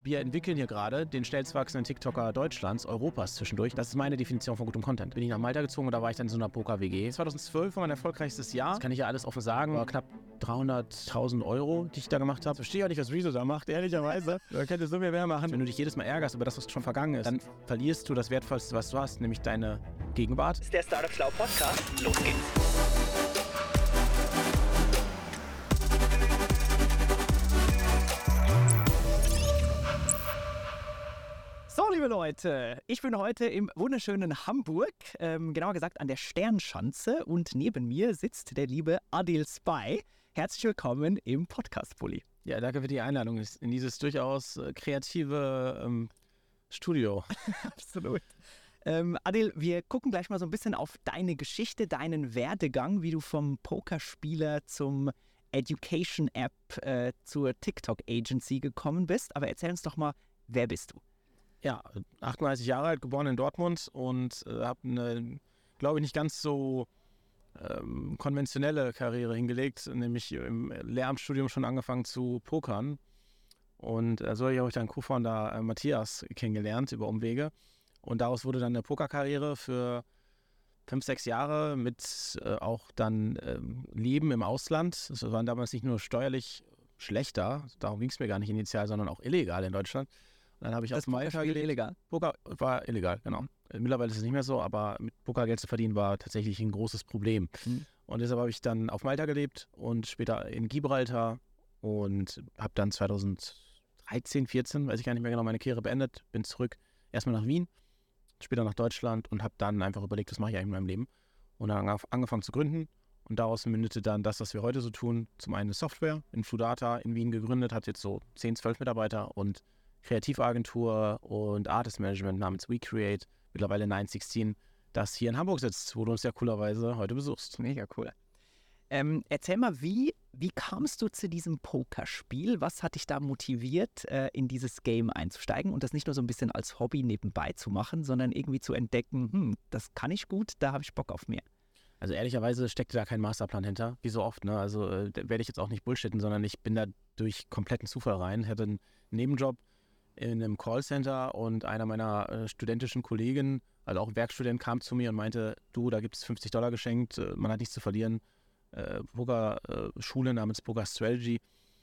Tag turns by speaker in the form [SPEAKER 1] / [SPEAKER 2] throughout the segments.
[SPEAKER 1] Wir entwickeln hier gerade den schnellst wachsenden TikToker Deutschlands, Europas zwischendurch. Das ist meine Definition von gutem Content. Bin ich nach Malta gezogen und da war ich dann in so einer Poker-WG. 2012 war mein erfolgreichstes Jahr. Das kann ich ja alles offen sagen. War knapp 300.000 Euro, die ich da gemacht habe. Verstehe auch nicht, was Rezo da macht, ehrlicherweise. Da könnte so viel mehr machen. Wenn du dich jedes Mal ärgerst über das, was schon vergangen ist, dann verlierst du das Wertvollste, was du hast, nämlich deine Gegenwart.
[SPEAKER 2] Das ist der Startup Schlau Podcast. Los geht's.
[SPEAKER 3] So, liebe Leute, ich bin heute im wunderschönen Hamburg, genauer gesagt an der Sternschanze, und neben mir sitzt der liebe Adil Spy. Herzlich willkommen im Podcast-Pulli.
[SPEAKER 1] Ja, danke für die Einladung in dieses durchaus kreative Studio.
[SPEAKER 3] Absolut. Adil, wir gucken gleich mal so ein bisschen auf deine Geschichte, deinen Werdegang, wie du vom Pokerspieler zum Education-App zur TikTok-Agency gekommen bist. Aber erzähl uns doch mal, wer bist du?
[SPEAKER 1] Ja, 38 Jahre alt, geboren in Dortmund und habe eine, glaube ich, nicht ganz so konventionelle Karriere hingelegt, nämlich im Lehramtsstudium schon angefangen zu pokern. Und so habe ich dann Co-Founder Matthias kennengelernt über Umwege. Und daraus wurde dann eine Pokerkarriere für 5, 6 Jahre mit auch dann Leben im Ausland. Das waren damals nicht nur steuerlich schlechter, darum ging es mir gar nicht initial, sondern auch illegal in Deutschland. Dann habe ich auf Malta gelebt.
[SPEAKER 3] Illegal?
[SPEAKER 1] Poker war illegal, genau. Mittlerweile ist es nicht mehr so, aber mit Poker Geld zu verdienen war tatsächlich ein großes Problem. Und deshalb habe ich dann auf Malta gelebt und später in Gibraltar und habe dann 2013, 14, weiß ich gar nicht mehr genau, meine Karriere beendet, bin zurück erstmal nach Wien, später nach Deutschland und habe dann einfach überlegt, was mache ich eigentlich in meinem Leben. Und dann angefangen zu gründen und daraus mündete dann das, was wir heute so tun, zum einen eine Software in Fludata in Wien gegründet, hat jetzt so 10, 12 Mitarbeiter und Kreativagentur und Artist Management namens WeCreate, mittlerweile 916, das hier in Hamburg sitzt, wo du uns ja coolerweise heute besuchst.
[SPEAKER 3] Mega cool. Erzähl mal, wie kamst du zu diesem Pokerspiel? Was hat dich da motiviert, in dieses Game einzusteigen und das nicht nur so ein bisschen als Hobby nebenbei zu machen, sondern irgendwie zu entdecken, das kann ich gut, da habe ich Bock auf mehr?
[SPEAKER 1] Also ehrlicherweise steckte da kein Masterplan hinter, wie so oft. Ne? Also da werde ich jetzt auch nicht bullshitten, sondern ich bin da durch kompletten Zufall rein. Ich hatte einen Nebenjob in einem Callcenter und einer meiner studentischen Kollegen, also auch Werkstudent, kam zu mir und meinte, du, da gibt es $50 geschenkt, man hat nichts zu verlieren, Poker-Schule namens Poker Strategy.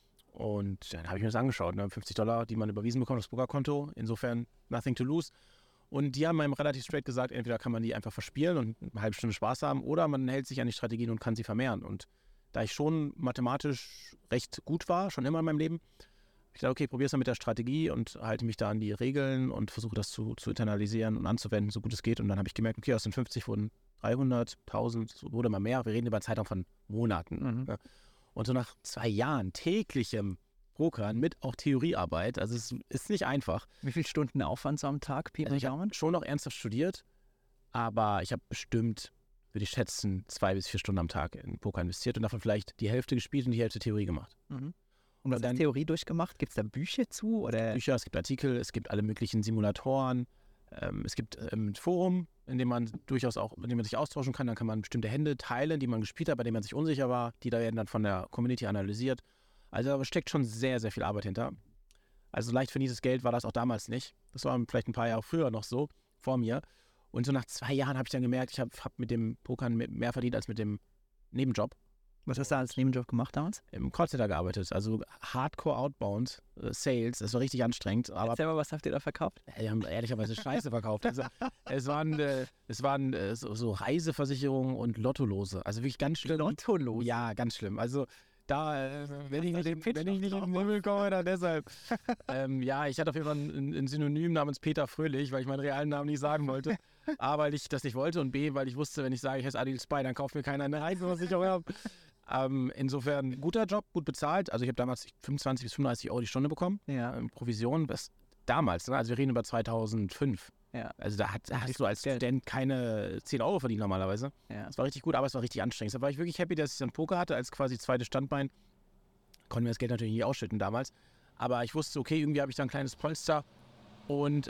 [SPEAKER 1] Und dann habe ich mir das angeschaut, ne? $50, die man überwiesen bekommt aufs Pokerkonto, insofern nothing to lose. Und die haben einem relativ straight gesagt, entweder kann man die einfach verspielen und eine halbe Stunde Spaß haben oder man hält sich an die Strategien und kann sie vermehren. Und da ich schon mathematisch recht gut war, schon immer in meinem Leben, ich dachte, okay, probier's mal mit der Strategie und halte mich da an die Regeln und versuche das zu internalisieren und anzuwenden, so gut es geht. Und dann habe ich gemerkt, okay, aus den 50 wurden 300, 1000, wurde immer mehr. Wir reden über einen Zeitraum von Monaten. Ja. Und so nach 2 Jahren täglichem Pokern mit auch Theoriearbeit, also es ist nicht einfach.
[SPEAKER 3] Wie viele Stunden Aufwand so am Tag, Pi
[SPEAKER 1] Also ich habe schon noch ernsthaft studiert, aber ich habe bestimmt, würde ich schätzen, 2 bis 4 Stunden am Tag in Poker investiert und davon vielleicht die Hälfte gespielt und die Hälfte Theorie gemacht.
[SPEAKER 3] Und was hast Theorie durchgemacht? Gibt es da Bücher zu? Oder?
[SPEAKER 1] Bücher, es gibt Artikel, es gibt alle möglichen Simulatoren, es gibt ein Forum, in dem man sich austauschen kann. Dann kann man bestimmte Hände teilen, die man gespielt hat, bei denen man sich unsicher war. Die da werden dann von der Community analysiert. Also da steckt schon sehr, sehr viel Arbeit hinter. Also leicht verdientes Geld war das auch damals nicht. Das war vielleicht ein paar Jahre früher noch so, vor mir. Und so nach 2 Jahren habe ich dann gemerkt, ich habe mit dem Pokern mehr verdient als mit dem Nebenjob.
[SPEAKER 3] Was hast du als Nebenjob gemacht damals?
[SPEAKER 1] Im Callcenter gearbeitet, also Hardcore Outbound Sales, das war richtig anstrengend. Aber
[SPEAKER 3] erzähl mal, was habt ihr da verkauft?
[SPEAKER 1] Die haben ehrlicherweise Scheiße verkauft. Also, es waren so Reiseversicherungen und Lottolose, also wirklich ganz schlimm.
[SPEAKER 3] Lottolose?
[SPEAKER 1] Ja, ganz schlimm. Also da, wenn ich nicht in den Himmel komme, dann deshalb. Ja, ich hatte auf jeden Fall ein Synonym namens Peter Fröhlich, weil ich meinen realen Namen nicht sagen wollte. A, weil ich das nicht wollte und B, weil ich wusste, wenn ich sage, ich heiße Adil Spy, dann kauft mir keiner eine Reiseversicherung. Insofern guter Job, gut bezahlt. Also ich habe damals 25 bis 35 Euro die Stunde bekommen.
[SPEAKER 3] Ja.
[SPEAKER 1] Provision, das damals, ne? Also wir reden über 2005.
[SPEAKER 3] Ja.
[SPEAKER 1] Also da hast du als Student keine 10 Euro verdient normalerweise.
[SPEAKER 3] Ja.
[SPEAKER 1] Das war richtig gut, aber es war richtig anstrengend. Da war ich wirklich happy, dass ich dann Poker hatte als quasi zweites Standbein. Konnte mir das Geld natürlich nicht ausschütten damals. Aber ich wusste, okay, irgendwie habe ich da ein kleines Polster. Und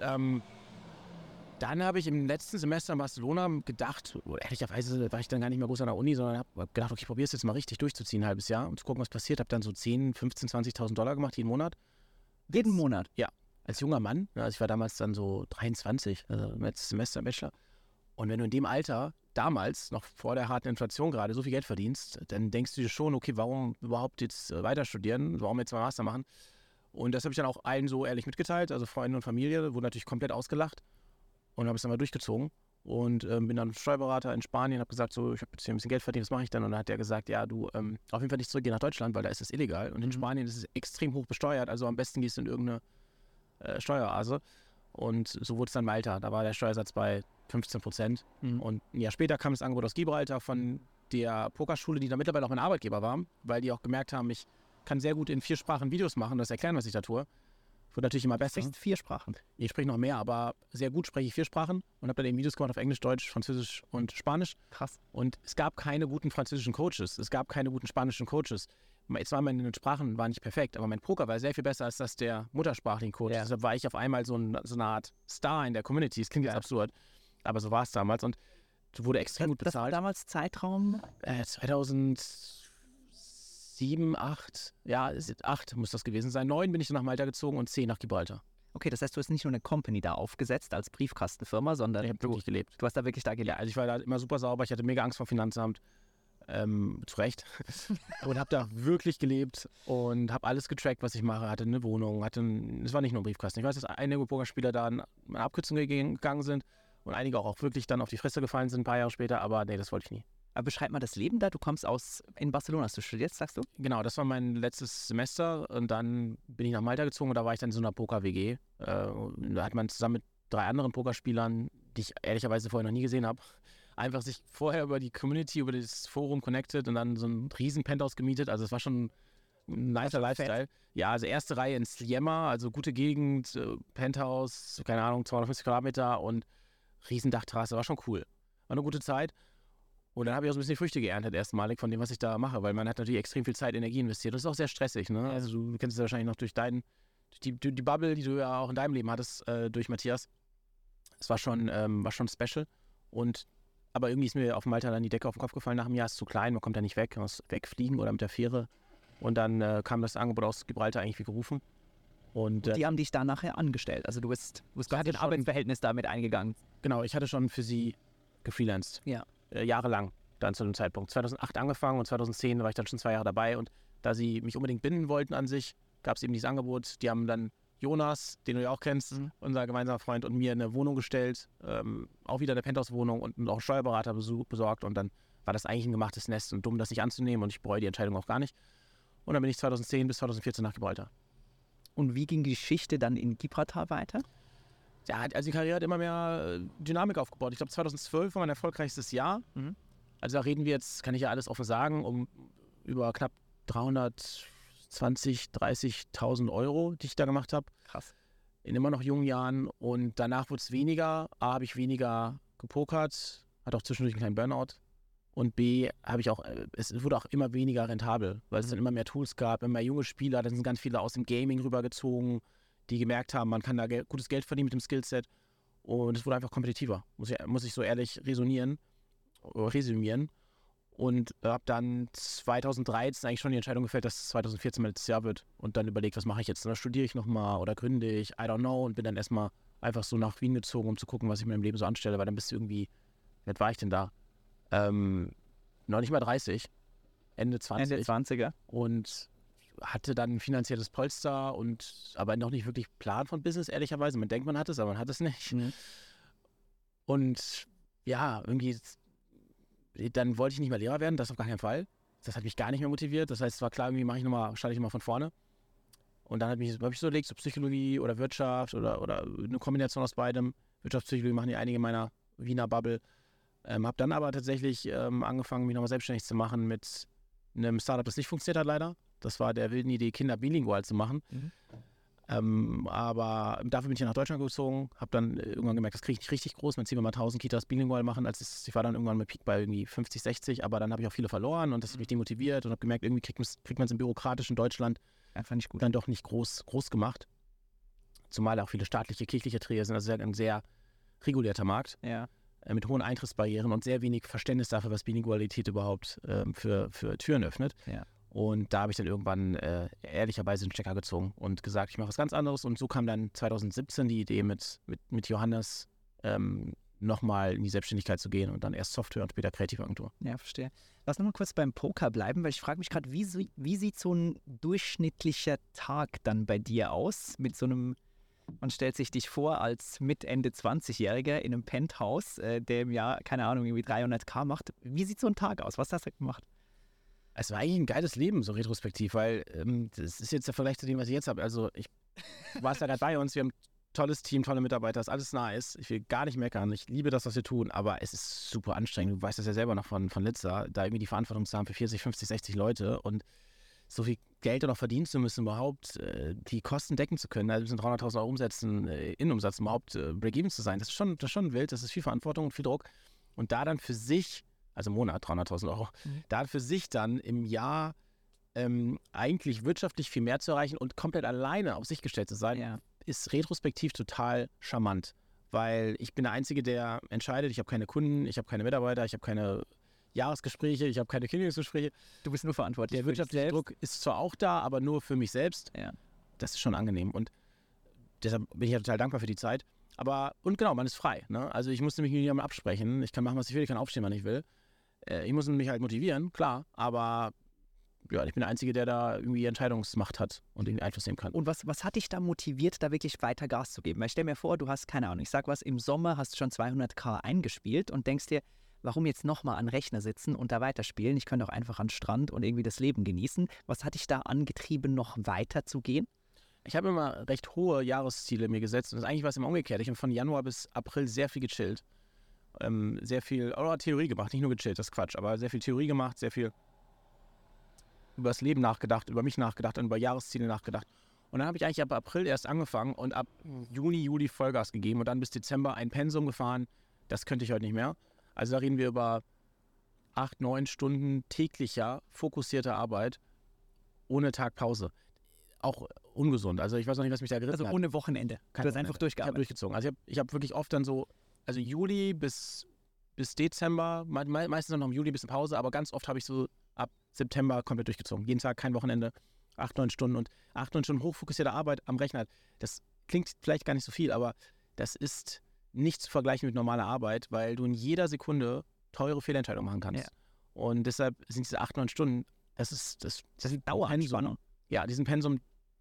[SPEAKER 1] dann habe ich im letzten Semester in Barcelona gedacht, ehrlicherweise war ich dann gar nicht mehr groß an der Uni, sondern habe gedacht, okay, ich probiere es jetzt mal richtig durchzuziehen, ein halbes Jahr, und zu gucken, was passiert. Habe dann so 10, 15, 20.000 Dollar gemacht jeden Monat.
[SPEAKER 3] Jeden Monat?
[SPEAKER 1] Ja. als junger Mann, ne, also ich war damals dann so 23, also im letzten Semester im Bachelor. Und wenn du in dem Alter, damals, noch vor der harten Inflation gerade, so viel Geld verdienst, dann denkst du dir schon, okay, warum überhaupt jetzt weiter studieren, warum jetzt mal Master machen? Und das habe ich dann auch allen so ehrlich mitgeteilt, also Freunde und Familie, wurde natürlich komplett ausgelacht und habe es dann mal durchgezogen. Und bin dann Steuerberater in Spanien, habe gesagt, so, ich habe jetzt hier ein bisschen Geld verdient, was mache ich dann? Und dann hat der gesagt, ja, du, auf jeden Fall nicht zurückgehen nach Deutschland, weil da ist es illegal. Und in Spanien ist es extrem hoch besteuert, also am besten gehst du in irgendeine Steueroase. Und so wurde es dann Malta. Da war der Steuersatz bei 15%. Und ein Jahr später kam das Angebot aus Gibraltar von der Pokerschule, die da mittlerweile auch mein Arbeitgeber war, weil die auch gemerkt haben, ich kann sehr gut in 4 Sprachen Videos machen, das erklären, was ich da tue. Wird natürlich immer besser.
[SPEAKER 3] Du sprichst 4 Sprachen.
[SPEAKER 1] Ich spreche noch mehr, aber sehr gut spreche ich 4 Sprachen und habe dann eben Videos gemacht auf Englisch, Deutsch, Französisch und Spanisch.
[SPEAKER 3] Krass.
[SPEAKER 1] Und es gab keine guten französischen Coaches, es gab keine guten spanischen Coaches. Jetzt waren meine Sprachen nicht perfekt, aber mein Poker war sehr viel besser als das der muttersprachlichen Coach. Deshalb war ich auf einmal so eine Art Star in der Community. Das klingt jetzt absurd, aber so war es damals und wurde extrem gut bezahlt.
[SPEAKER 3] Das war damals Zeitraum?
[SPEAKER 1] 2007, 8, ja, 8 muss das gewesen sein. 9 bin ich dann nach Malta gezogen und 10 nach Gibraltar.
[SPEAKER 3] Okay, das heißt, du hast nicht nur eine Company da aufgesetzt als Briefkastenfirma, sondern
[SPEAKER 1] Ich habe wirklich gelebt.
[SPEAKER 3] du hast da wirklich da gelebt.
[SPEAKER 1] Ja, also ich war da immer super sauber, ich hatte mega Angst vor dem Finanzamt. Zu Recht. Und habe da wirklich gelebt und habe alles getrackt, was ich mache. Hatte eine Wohnung, es war nicht nur ein Briefkasten. Ich weiß, dass einige Pokerspieler da in eine Abkürzung gegangen sind und einige auch wirklich dann auf die Fresse gefallen sind ein paar Jahre später, aber nee, das wollte ich nie.
[SPEAKER 3] Aber beschreib mal das Leben da. Du kommst in Barcelona, hast du studiert, sagst du?
[SPEAKER 1] Genau, das war mein letztes Semester und dann bin ich nach Malta gezogen und da war ich dann in so einer Poker-WG. Da hat man zusammen mit 3 anderen Pokerspielern, die ich ehrlicherweise vorher noch nie gesehen habe, einfach sich vorher über die Community, über das Forum connected und dann so ein riesen Penthouse gemietet. Also es war schon ein nicer Lifestyle. Ja, also erste Reihe in Sliema, also gute Gegend, Penthouse, keine Ahnung, 250 Quadratmeter und riesen Dachterrasse, war schon cool. War eine gute Zeit. Und dann habe ich auch so ein bisschen die Früchte geerntet erstmalig von dem, was ich da mache, weil man hat natürlich extrem viel Zeit, Energie investiert. Das ist auch sehr stressig, ne? Also du kennst es ja wahrscheinlich noch durch die Bubble, die du ja auch in deinem Leben hattest, durch Matthias. Es war schon special. Aber irgendwie ist mir auf Malta dann die Decke auf den Kopf gefallen nach einem Jahr, ist zu klein, man kommt da nicht weg, man muss wegfliegen oder mit der Fähre. Und dann kam das Angebot aus Gibraltar eigentlich wie gerufen. Und
[SPEAKER 3] die haben dich da nachher angestellt. Also du bist quasi ein Arbeitsverhältnis damit eingegangen.
[SPEAKER 1] Genau, ich hatte schon für sie gefreelanced.
[SPEAKER 3] Ja.
[SPEAKER 1] Jahrelang dann zu dem Zeitpunkt. 2008 angefangen und 2010 war ich dann schon 2 Jahre dabei. Und da sie mich unbedingt binden wollten an sich, gab es eben dieses Angebot. Die haben dann Jonas, den du ja auch kennst, unser gemeinsamer Freund, und mir eine Wohnung gestellt, auch wieder eine Penthouse-Wohnung und auch einen Steuerberater besorgt. Und dann war das eigentlich ein gemachtes Nest und dumm, das nicht anzunehmen. Und ich bereue die Entscheidung auch gar nicht. Und dann bin ich 2010 bis 2014 nach Gibraltar.
[SPEAKER 3] Und wie ging die Geschichte dann in Gibraltar weiter?
[SPEAKER 1] Ja, also die Karriere hat immer mehr Dynamik aufgebaut. Ich glaube, 2012 war mein erfolgreichstes Jahr. Also da reden wir jetzt, kann ich ja alles offen sagen, über knapp 30.000 Euro, die ich da gemacht habe.
[SPEAKER 3] Krass.
[SPEAKER 1] In immer noch jungen Jahren. Und danach wurde es weniger. A, habe ich weniger gepokert, hatte auch zwischendurch einen kleinen Burnout. Und B, es wurde auch immer weniger rentabel, weil es dann immer mehr Tools gab, immer mehr junge Spieler, dann sind ganz viele aus dem Gaming rübergezogen, die gemerkt haben, man kann da gutes Geld verdienen mit dem Skillset. Und es wurde einfach kompetitiver, muss ich so ehrlich resümieren. Und habe dann 2013 eigentlich schon die Entscheidung gefällt, dass 2014 mein letztes Jahr wird. Und dann überlegt, was mache ich jetzt? Oder studiere ich nochmal oder gründe ich? I don't know. Und bin dann erstmal einfach so nach Wien gezogen, um zu gucken, was ich in meinem Leben so anstelle. Weil dann bist du irgendwie, wie alt war ich denn da? Noch nicht mal 30, Ende 20.
[SPEAKER 3] Ende 20er.
[SPEAKER 1] Und hatte dann ein finanzielles Polster aber noch nicht wirklich Plan von Business, ehrlicherweise. Man denkt, man hat es, aber man hat es nicht. Und ja, irgendwie, dann wollte ich nicht mehr Lehrer werden, das auf gar keinen Fall. Das hat mich gar nicht mehr motiviert. Das heißt, es war klar, irgendwie starte ich nochmal von vorne. Und dann habe ich so überlegt, so Psychologie oder Wirtschaft oder eine Kombination aus beidem. Wirtschaftspsychologie machen ja einige meiner Wiener Bubble. Habe dann aber tatsächlich angefangen, mich nochmal selbstständig zu machen mit einem Startup, das nicht funktioniert hat leider. Das war der wilden Idee, Kinder bilingual zu machen. Aber dafür bin ich nach Deutschland gezogen, habe dann irgendwann gemerkt, das kriege ich nicht richtig groß. Man zieht mir mal 1000 Kitas bilingual machen. Ich war dann irgendwann mit Peak bei irgendwie 50, 60, aber dann habe ich auch viele verloren und das hat mich demotiviert und habe gemerkt, irgendwie kriegt man es im bürokratischen Deutschland
[SPEAKER 3] einfach nicht gut.
[SPEAKER 1] Dann doch nicht groß gemacht. Zumal auch viele staatliche, kirchliche Träger sind. Also ein sehr regulierter Markt.
[SPEAKER 3] Ja.
[SPEAKER 1] Mit hohen Eintrittsbarrieren und sehr wenig Verständnis dafür, was Bilingualität überhaupt für Türen öffnet.
[SPEAKER 3] Ja.
[SPEAKER 1] Und da habe ich dann irgendwann ehrlicherweise den Stecker gezogen und gesagt, ich mache was ganz anderes. Und so kam dann 2017 die Idee mit Johannes, nochmal in die Selbstständigkeit zu gehen und dann erst Software und später Kreativagentur.
[SPEAKER 3] Ja, verstehe. Lass noch mal kurz beim Poker bleiben, weil ich frage mich gerade, wie sieht so ein durchschnittlicher Tag dann bei dir aus? Mit so einem, man stellt sich dich vor als mit Ende 20-Jähriger in einem Penthouse, der im Jahr, keine Ahnung, irgendwie 300.000 macht. Wie sieht so ein Tag aus? Was hast du gemacht?
[SPEAKER 1] Es war eigentlich ein geiles Leben, so retrospektiv, weil das ist jetzt der Vergleich zu dem, was ich jetzt habe. Also du warst ja gerade bei uns, wir haben ein tolles Team, tolle Mitarbeiter, ist alles nice. Ich will gar nicht meckern, ich liebe das, was wir tun, aber es ist super anstrengend. Du weißt das ja selber noch von Litza, da irgendwie die Verantwortung zu haben für 40, 50, 60 Leute und so viel Geld noch verdienen zu müssen, überhaupt die Kosten decken zu können. Also wir müssen 300.000 Euro umsetzen, Innenumsatz, um überhaupt Break-Even zu sein. Das ist schon wild, das ist viel Verantwortung und viel Druck. Und da dann für sich, also im Monat 300.000 Euro, da für sich dann im Jahr eigentlich wirtschaftlich viel mehr zu erreichen und komplett alleine auf sich gestellt zu sein, ist retrospektiv total charmant. Weil ich bin der Einzige, der entscheidet, ich habe keine Kunden, ich habe keine Mitarbeiter, ich habe keine Jahresgespräche, ich habe keine Kündigungsgespräche.
[SPEAKER 3] Du bist nur verantwortlich.
[SPEAKER 1] Der wirtschaftliche Druck ist zwar auch da, aber nur für mich selbst.
[SPEAKER 3] Ja.
[SPEAKER 1] Das ist schon angenehm und deshalb bin ich ja total dankbar für die Zeit. Und genau, man ist frei. Ne? Also ich musste mich mit niemandem absprechen. Ich kann machen, was ich will, ich kann aufstehen, wann ich will. Ich muss mich halt motivieren, klar, aber ja, ich bin der Einzige, der da irgendwie Entscheidungsmacht hat und irgendwie Einfluss nehmen kann.
[SPEAKER 3] Und was hat dich da motiviert, da wirklich weiter Gas zu geben? Weil ich stell mir vor, du hast, keine Ahnung, ich sag was, im Sommer hast du schon 200.000 eingespielt und denkst dir, warum jetzt nochmal an Rechner sitzen und da weiterspielen? Ich könnte auch einfach an den Strand und irgendwie das Leben genießen. Was hat dich da angetrieben, noch weiter zu gehen?
[SPEAKER 1] Ich habe immer recht hohe Jahresziele mir gesetzt und das ist eigentlich was immer umgekehrt. Ich habe von Januar bis April sehr viel gechillt. Sehr viel Theorie gemacht, nicht nur gechillt, das ist Quatsch, aber sehr viel Theorie gemacht, sehr viel über das Leben nachgedacht, über mich nachgedacht und über Jahresziele nachgedacht. Und dann habe ich eigentlich ab April erst angefangen und ab Juni, Juli Vollgas gegeben und dann bis Dezember ein Pensum gefahren. Das könnte ich heute nicht mehr. Also da reden wir über 8, 9 Stunden täglicher, fokussierter Arbeit ohne Tagpause. Auch ungesund. Also ich weiß noch nicht, was mich da gerissen hat.
[SPEAKER 3] Also ohne Wochenende. Du hast einfach durchgearbeitet.
[SPEAKER 1] Ich habe durchgezogen. Also ich hab wirklich oft dann so, also Juli bis Dezember, meistens noch im Juli ein bisschen Pause, aber ganz oft habe ich so ab September komplett durchgezogen. Jeden Tag, kein Wochenende, 8, 9 Stunden und 8, 9 Stunden hochfokussierte Arbeit am Rechner. Das klingt vielleicht gar nicht so viel, aber das ist nicht zu vergleichen mit normaler Arbeit, weil du in jeder Sekunde teure Fehlentscheidungen machen kannst. Ja. Und deshalb sind diese 8, 9 Stunden, das ist
[SPEAKER 3] Daueranspannung.
[SPEAKER 1] Ja, diesen Pensum,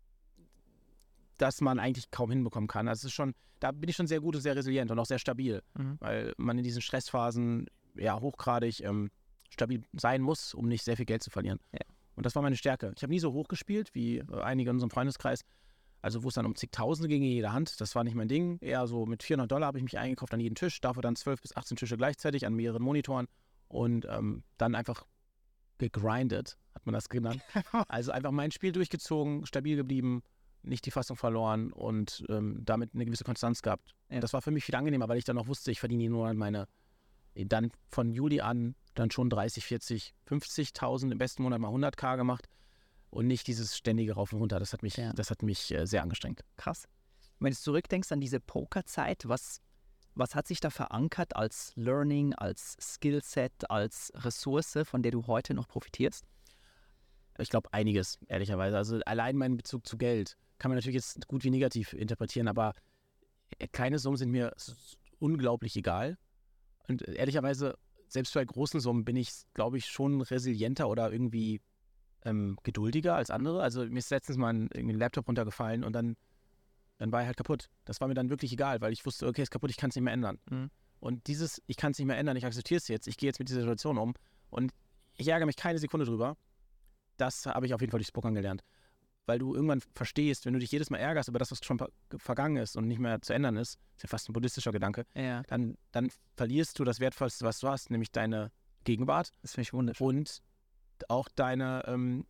[SPEAKER 1] das man eigentlich kaum hinbekommen kann. Also es ist schon, da bin ich schon sehr gut und sehr resilient und auch sehr stabil, weil man in diesen Stressphasen ja hochgradig stabil sein muss, um nicht sehr viel Geld zu verlieren. Ja. Und das war meine Stärke. Ich habe nie so hoch gespielt wie einige in unserem Freundeskreis, also wo es dann um zigtausende ging in jeder Hand. Das war nicht mein Ding. Eher so mit $400 habe ich mich eingekauft an jeden Tisch, dafür dann 12 bis 18 Tische gleichzeitig an mehreren Monitoren und dann einfach gegrindet, hat man das genannt. Also einfach mein Spiel durchgezogen, stabil geblieben, nicht die Fassung verloren und damit eine gewisse Konstanz gehabt. Ja. Das war für mich viel angenehmer, weil ich dann auch wusste, ich verdiene nur dann von Juli an dann schon 30, 40, 50.000, im besten Monat mal 100.000 gemacht und nicht dieses ständige Rauf und Runter. Das hat mich sehr angestrengt.
[SPEAKER 3] Krass. Wenn du zurückdenkst an diese Pokerzeit, was hat sich da verankert als Learning, als Skillset, als Ressource, von der du heute noch profitierst?
[SPEAKER 1] Ich glaube einiges, ehrlicherweise. Also allein mein Bezug zu Geld kann man natürlich jetzt gut wie negativ interpretieren, aber kleine Summen sind mir unglaublich egal. Und ehrlicherweise, selbst bei großen Summen bin ich, glaube ich, schon resilienter oder irgendwie geduldiger als andere. Also mir ist letztens mal ein Laptop runtergefallen und dann war er halt kaputt. Das war mir dann wirklich egal, weil ich wusste, okay, ist kaputt, ich kann es nicht mehr ändern. Und ich kann es nicht mehr ändern, ich akzeptiere es jetzt, ich gehe jetzt mit dieser Situation um und ich ärgere mich keine Sekunde drüber. Das habe ich auf jeden Fall durchs Pokern gelernt. Weil du irgendwann verstehst, wenn du dich jedes Mal ärgerst über das, was schon vergangen ist und nicht mehr zu ändern ist ja fast ein buddhistischer Gedanke, dann verlierst du das Wertvollste, was du hast, nämlich deine Gegenwart.
[SPEAKER 3] Das finde ich wunderschön.
[SPEAKER 1] Und auch deine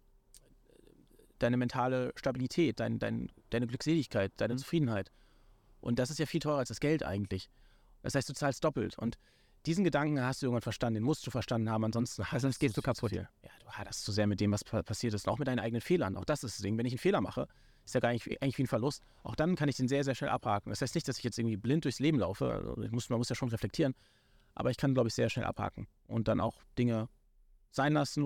[SPEAKER 1] mentale Stabilität, deine Glückseligkeit, deine Zufriedenheit. Und das ist ja viel teurer als das Geld eigentlich. Das heißt, du zahlst doppelt. Und diesen Gedanken hast du irgendwann verstanden, den musst du verstanden haben, ansonsten
[SPEAKER 3] gehst du kaputt.
[SPEAKER 1] Ja, du haderst zu sehr mit dem, was passiert ist, und auch mit deinen eigenen Fehlern. Auch das ist das Ding. Wenn ich einen Fehler mache, ist ja gar nicht, eigentlich wie ein Verlust. Auch dann kann ich den sehr, sehr schnell abhaken. Das heißt nicht, dass ich jetzt irgendwie blind durchs Leben laufe. Also man muss ja schon reflektieren. Aber ich kann, glaube ich, sehr schnell abhaken und dann auch Dinge sein lassen oder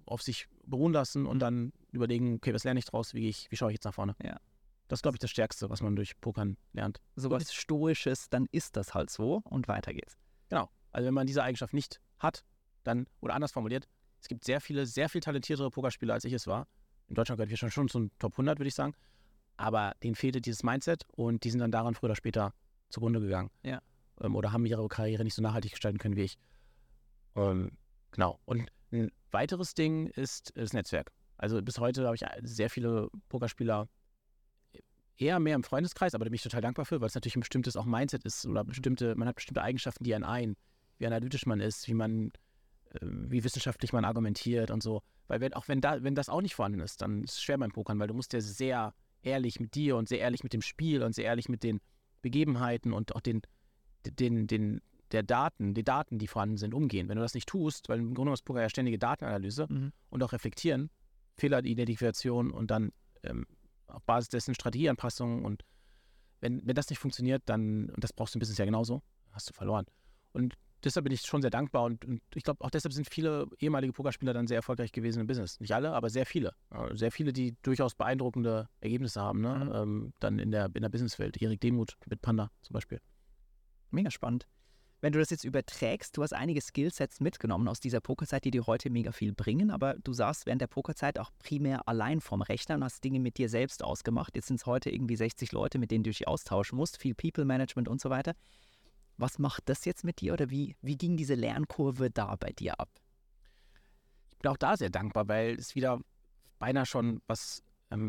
[SPEAKER 1] auf sich beruhen lassen und dann überlegen, okay, was lerne ich draus, wie schaue ich jetzt nach vorne.
[SPEAKER 3] Ja.
[SPEAKER 1] Das ist, glaube ich, das Stärkste, was man durch Pokern lernt.
[SPEAKER 3] Sowas Stoisches, dann ist das halt so und weiter geht's.
[SPEAKER 1] Genau. Also wenn man diese Eigenschaft nicht hat, dann, oder anders formuliert, es gibt sehr viel talentiertere Pokerspieler, als ich es war. In Deutschland gehört wir schon zum Top 100, würde ich sagen. Aber denen fehlte dieses Mindset und die sind dann daran früher oder später zugrunde gegangen.
[SPEAKER 3] Ja.
[SPEAKER 1] Oder haben ihre Karriere nicht so nachhaltig gestalten können wie ich. Genau. Und ein weiteres Ding ist das Netzwerk. Also bis heute habe ich sehr viele Pokerspieler eher mehr im Freundeskreis, aber da bin ich total dankbar für, weil es natürlich ein bestimmtes auch Mindset ist oder man hat bestimmte Eigenschaften, die einen wie analytisch man ist, wie wissenschaftlich man argumentiert und so. Weil wenn das auch nicht vorhanden ist, dann ist es schwer beim Pokern, weil du musst ja sehr ehrlich mit dir und sehr ehrlich mit dem Spiel und sehr ehrlich mit den Begebenheiten und auch den Daten, die vorhanden sind, umgehen. Wenn du das nicht tust, weil im Grunde ist Poker ja ständige Datenanalyse und auch reflektieren, Fehleridentifikation und dann auf Basis dessen Strategieanpassungen und wenn das nicht funktioniert, dann, und das brauchst du im Business ja genauso, hast du verloren. Und deshalb bin ich schon sehr dankbar und ich glaube, auch deshalb sind viele ehemalige Pokerspieler dann sehr erfolgreich gewesen im Business. Nicht alle, aber sehr viele. Sehr viele, die durchaus beeindruckende Ergebnisse haben, ne? Dann in der Businesswelt. Erik Demuth mit Panda zum Beispiel.
[SPEAKER 3] Mega spannend. Wenn du das jetzt überträgst, du hast einige Skillsets mitgenommen aus dieser Pokerzeit, die dir heute mega viel bringen, aber du saßt während der Pokerzeit auch primär allein vorm Rechner und hast Dinge mit dir selbst ausgemacht. Jetzt sind es heute irgendwie 60 Leute, mit denen du dich austauschen musst, viel People-Management und so weiter. Was macht das jetzt mit dir oder wie ging diese Lernkurve da bei dir ab?
[SPEAKER 1] Ich bin auch da sehr dankbar, weil es wieder beinahe schon was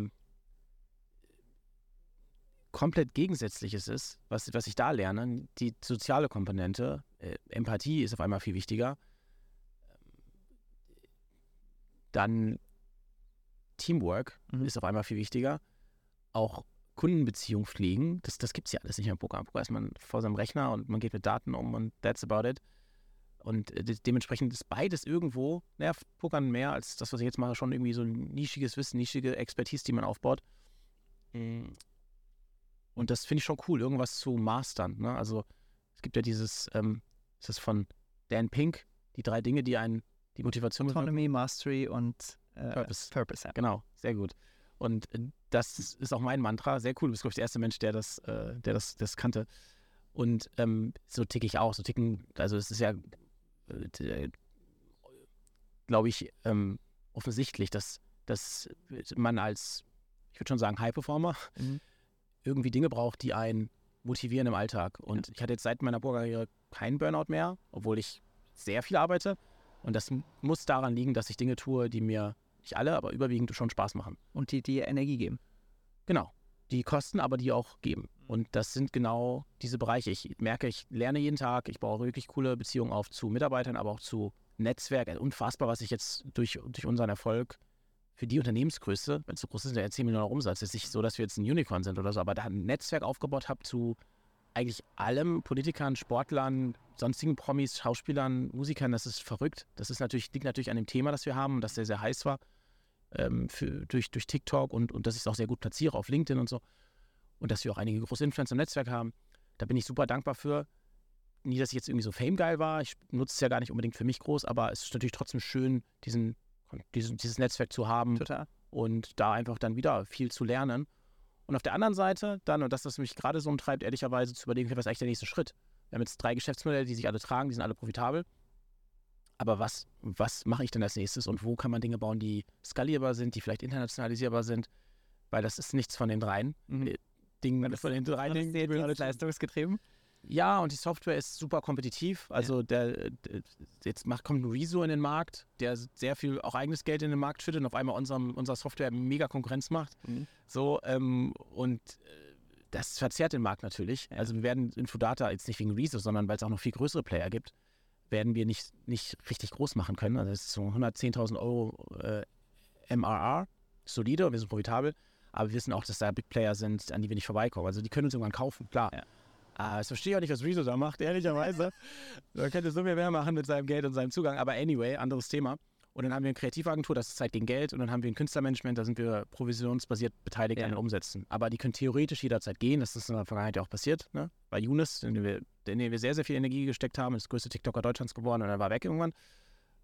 [SPEAKER 1] komplett Gegensätzliches ist, was ich da lerne. Die soziale Komponente, Empathie ist auf einmal viel wichtiger. Dann Teamwork ist auf einmal viel wichtiger. Auch Kundenbeziehung pflegen, das gibt es ja alles nicht mehr im Poker. Im Poker ist man vor seinem Rechner und man geht mit Daten um und that's about it. Und dementsprechend ist beides irgendwo, Pokern mehr als das, was ich jetzt mache, schon irgendwie so ein nischiges Wissen, nischige Expertise, die man aufbaut. Und das finde ich schon cool, irgendwas zu mastern. Ne? Also es gibt ja dieses, ist das von Dan Pink, die 3 Dinge, die die Motivation
[SPEAKER 3] Autonomy, Mastery und Purpose. Ja.
[SPEAKER 1] Genau, sehr gut. Und das ist auch mein Mantra. Sehr cool. Du bist, glaube ich, der erste Mensch, der das kannte. Und so ticke ich auch. Also es ist ja, glaube ich, offensichtlich, dass man als, ich würde schon sagen, High-Performer irgendwie Dinge braucht, die einen motivieren im Alltag. Und ich hatte jetzt seit meiner Pokerkarriere keinen Burnout mehr, obwohl ich sehr viel arbeite. Und das muss daran liegen, dass ich Dinge tue, die mir, nicht alle, aber überwiegend schon Spaß machen.
[SPEAKER 3] Und die dir Energie geben.
[SPEAKER 1] Genau. Die kosten, aber die auch geben. Und das sind genau diese Bereiche. Ich merke, ich lerne jeden Tag, ich baue wirklich coole Beziehungen auf zu Mitarbeitern, aber auch zu Netzwerk. Unfassbar, was ich jetzt durch unseren Erfolg für die Unternehmensgröße, wenn es so groß ist, ja 10 Millionen Euro Umsatz, ist nicht so, dass wir jetzt ein Unicorn sind oder so, aber da ein Netzwerk aufgebaut habe zu eigentlich allem, Politikern, Sportlern, sonstigen Promis, Schauspielern, Musikern, das ist verrückt. Das ist liegt natürlich an dem Thema, das wir haben, das sehr, sehr heiß war, durch TikTok und dass ich es auch sehr gut platziere auf LinkedIn und so. Und dass wir auch einige große Influencer im Netzwerk haben. Da bin ich super dankbar für. Nie, dass ich jetzt irgendwie so Fame-geil war. Ich nutze es ja gar nicht unbedingt für mich groß, aber es ist natürlich trotzdem schön, dieses Netzwerk zu haben.
[SPEAKER 3] Total.
[SPEAKER 1] Und da einfach dann wieder viel zu lernen. Und auf der anderen Seite dann, und das, was mich gerade so umtreibt, ehrlicherweise zu überlegen, was ist eigentlich der nächste Schritt? Wir haben jetzt 3 Geschäftsmodelle, die sich alle tragen, die sind alle profitabel. Aber was mache ich denn als nächstes und wo kann man Dinge bauen, die skalierbar sind, die vielleicht internationalisierbar sind? Weil das ist nichts von den 3 Dingen. Von den 3 Dingen.
[SPEAKER 3] Sehr leistungsgetrieben.
[SPEAKER 1] Ja, und die Software ist super kompetitiv. Also jetzt kommt ein Rezo in den Markt, der sehr viel auch eigenes Geld in den Markt schüttet und auf einmal unserer Software mega Konkurrenz macht. So, und das verzerrt den Markt natürlich. Ja. Also wir werden Infodata jetzt nicht wegen Rezo, sondern weil es auch noch viel größere Player gibt, werden wir nicht richtig groß machen können. Also das ist so 110.000 Euro MRR, solide und wir sind profitabel. Aber wir wissen auch, dass da Big Player sind, an die wir nicht vorbeikommen. Also die können uns irgendwann kaufen, klar. Ja. Ich verstehe auch nicht, was Rezo da macht, ehrlicherweise. Er könnte so viel mehr machen mit seinem Geld und seinem Zugang. Aber anyway, anderes Thema. Und dann haben wir eine Kreativagentur, das ist Zeit gegen Geld. Und dann haben wir ein Künstlermanagement, da sind wir provisionsbasiert beteiligt an den Umsätzen. Aber die können theoretisch jederzeit gehen. Das ist in der Vergangenheit ja auch passiert. Ne? Bei Younes, in den wir sehr, sehr viel Energie gesteckt haben, ist das größte TikToker Deutschlands geworden und er war weg irgendwann.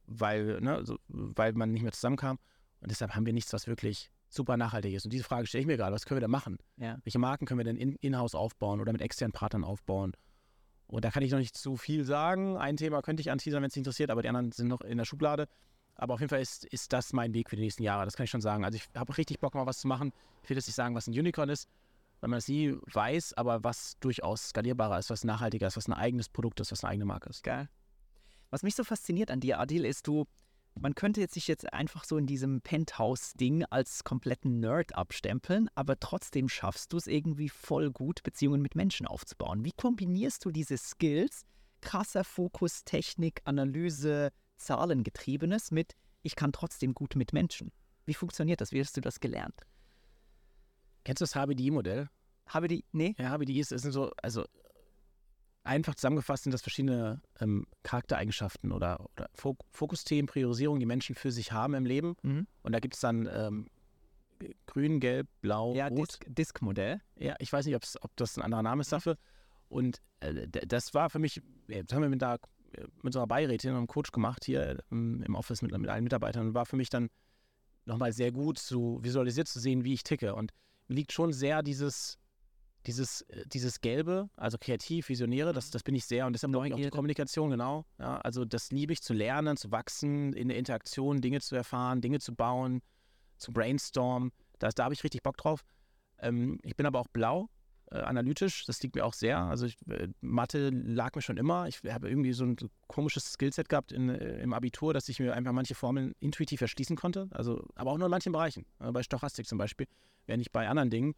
[SPEAKER 1] weil man nicht mehr zusammenkam. Und deshalb haben wir nichts, was wirklich super nachhaltig ist. Und diese Frage stelle ich mir gerade, was können wir da machen?
[SPEAKER 3] Ja.
[SPEAKER 1] Welche Marken können wir denn in-house aufbauen oder mit externen Partnern aufbauen? Und da kann ich noch nicht zu viel sagen. Ein Thema könnte ich anteasern, wenn es dich interessiert, aber die anderen sind noch in der Schublade. Aber auf jeden Fall ist das mein Weg für die nächsten Jahre. Das kann ich schon sagen. Also ich habe richtig Bock, mal was zu machen. Ich will jetzt nicht sagen, was ein Unicorn ist, weil man es nie weiß, aber was durchaus skalierbarer ist, was nachhaltiger ist, was ein eigenes Produkt ist, was eine eigene Marke ist.
[SPEAKER 3] Geil. Was mich so fasziniert an dir, Adil, ist man könnte jetzt einfach so in diesem Penthouse-Ding als kompletten Nerd abstempeln, aber trotzdem schaffst du es irgendwie voll gut, Beziehungen mit Menschen aufzubauen. Wie kombinierst du diese Skills, krasser Fokus, Technik, Analyse, Zahlengetriebenes mit, ich kann trotzdem gut mit Menschen? Wie funktioniert das? Wie hast du das gelernt?
[SPEAKER 1] Kennst du das HBDI-Modell?
[SPEAKER 3] Nee?
[SPEAKER 1] Ja, HBDI sind so, also einfach zusammengefasst sind das verschiedene Charaktereigenschaften oder Fokusthemen, Priorisierungen, die Menschen für sich haben im Leben.
[SPEAKER 3] Mhm.
[SPEAKER 1] Und da gibt es dann grün, gelb, blau,
[SPEAKER 3] Ja,
[SPEAKER 1] rot.
[SPEAKER 3] Disk-Modell.
[SPEAKER 1] Ja, ich weiß nicht, ob das ein anderer Name ist dafür. Und das war für mich, das haben wir mit unserer Beirätin und einem Coach gemacht hier im Office mit allen Mitarbeitern. Und war für mich dann nochmal sehr gut visualisiert zu sehen, wie ich ticke. Und mir liegt schon sehr dieses Gelbe, also kreativ, Visionäre, das bin ich sehr und deshalb auch die Kommunikation, genau. Ja, also das liebe ich, zu lernen, zu wachsen, in der Interaktion Dinge zu erfahren, Dinge zu bauen, zu brainstormen. Da habe ich richtig Bock drauf. Ich bin aber auch blau, analytisch, das liegt mir auch sehr. Also Mathe lag mir schon immer. Ich habe irgendwie so ein komisches Skillset gehabt im Abitur, dass ich mir einfach manche Formeln intuitiv erschließen konnte. Also, aber auch nur in manchen Bereichen. Bei Stochastik zum Beispiel, während ich bei anderen Dingen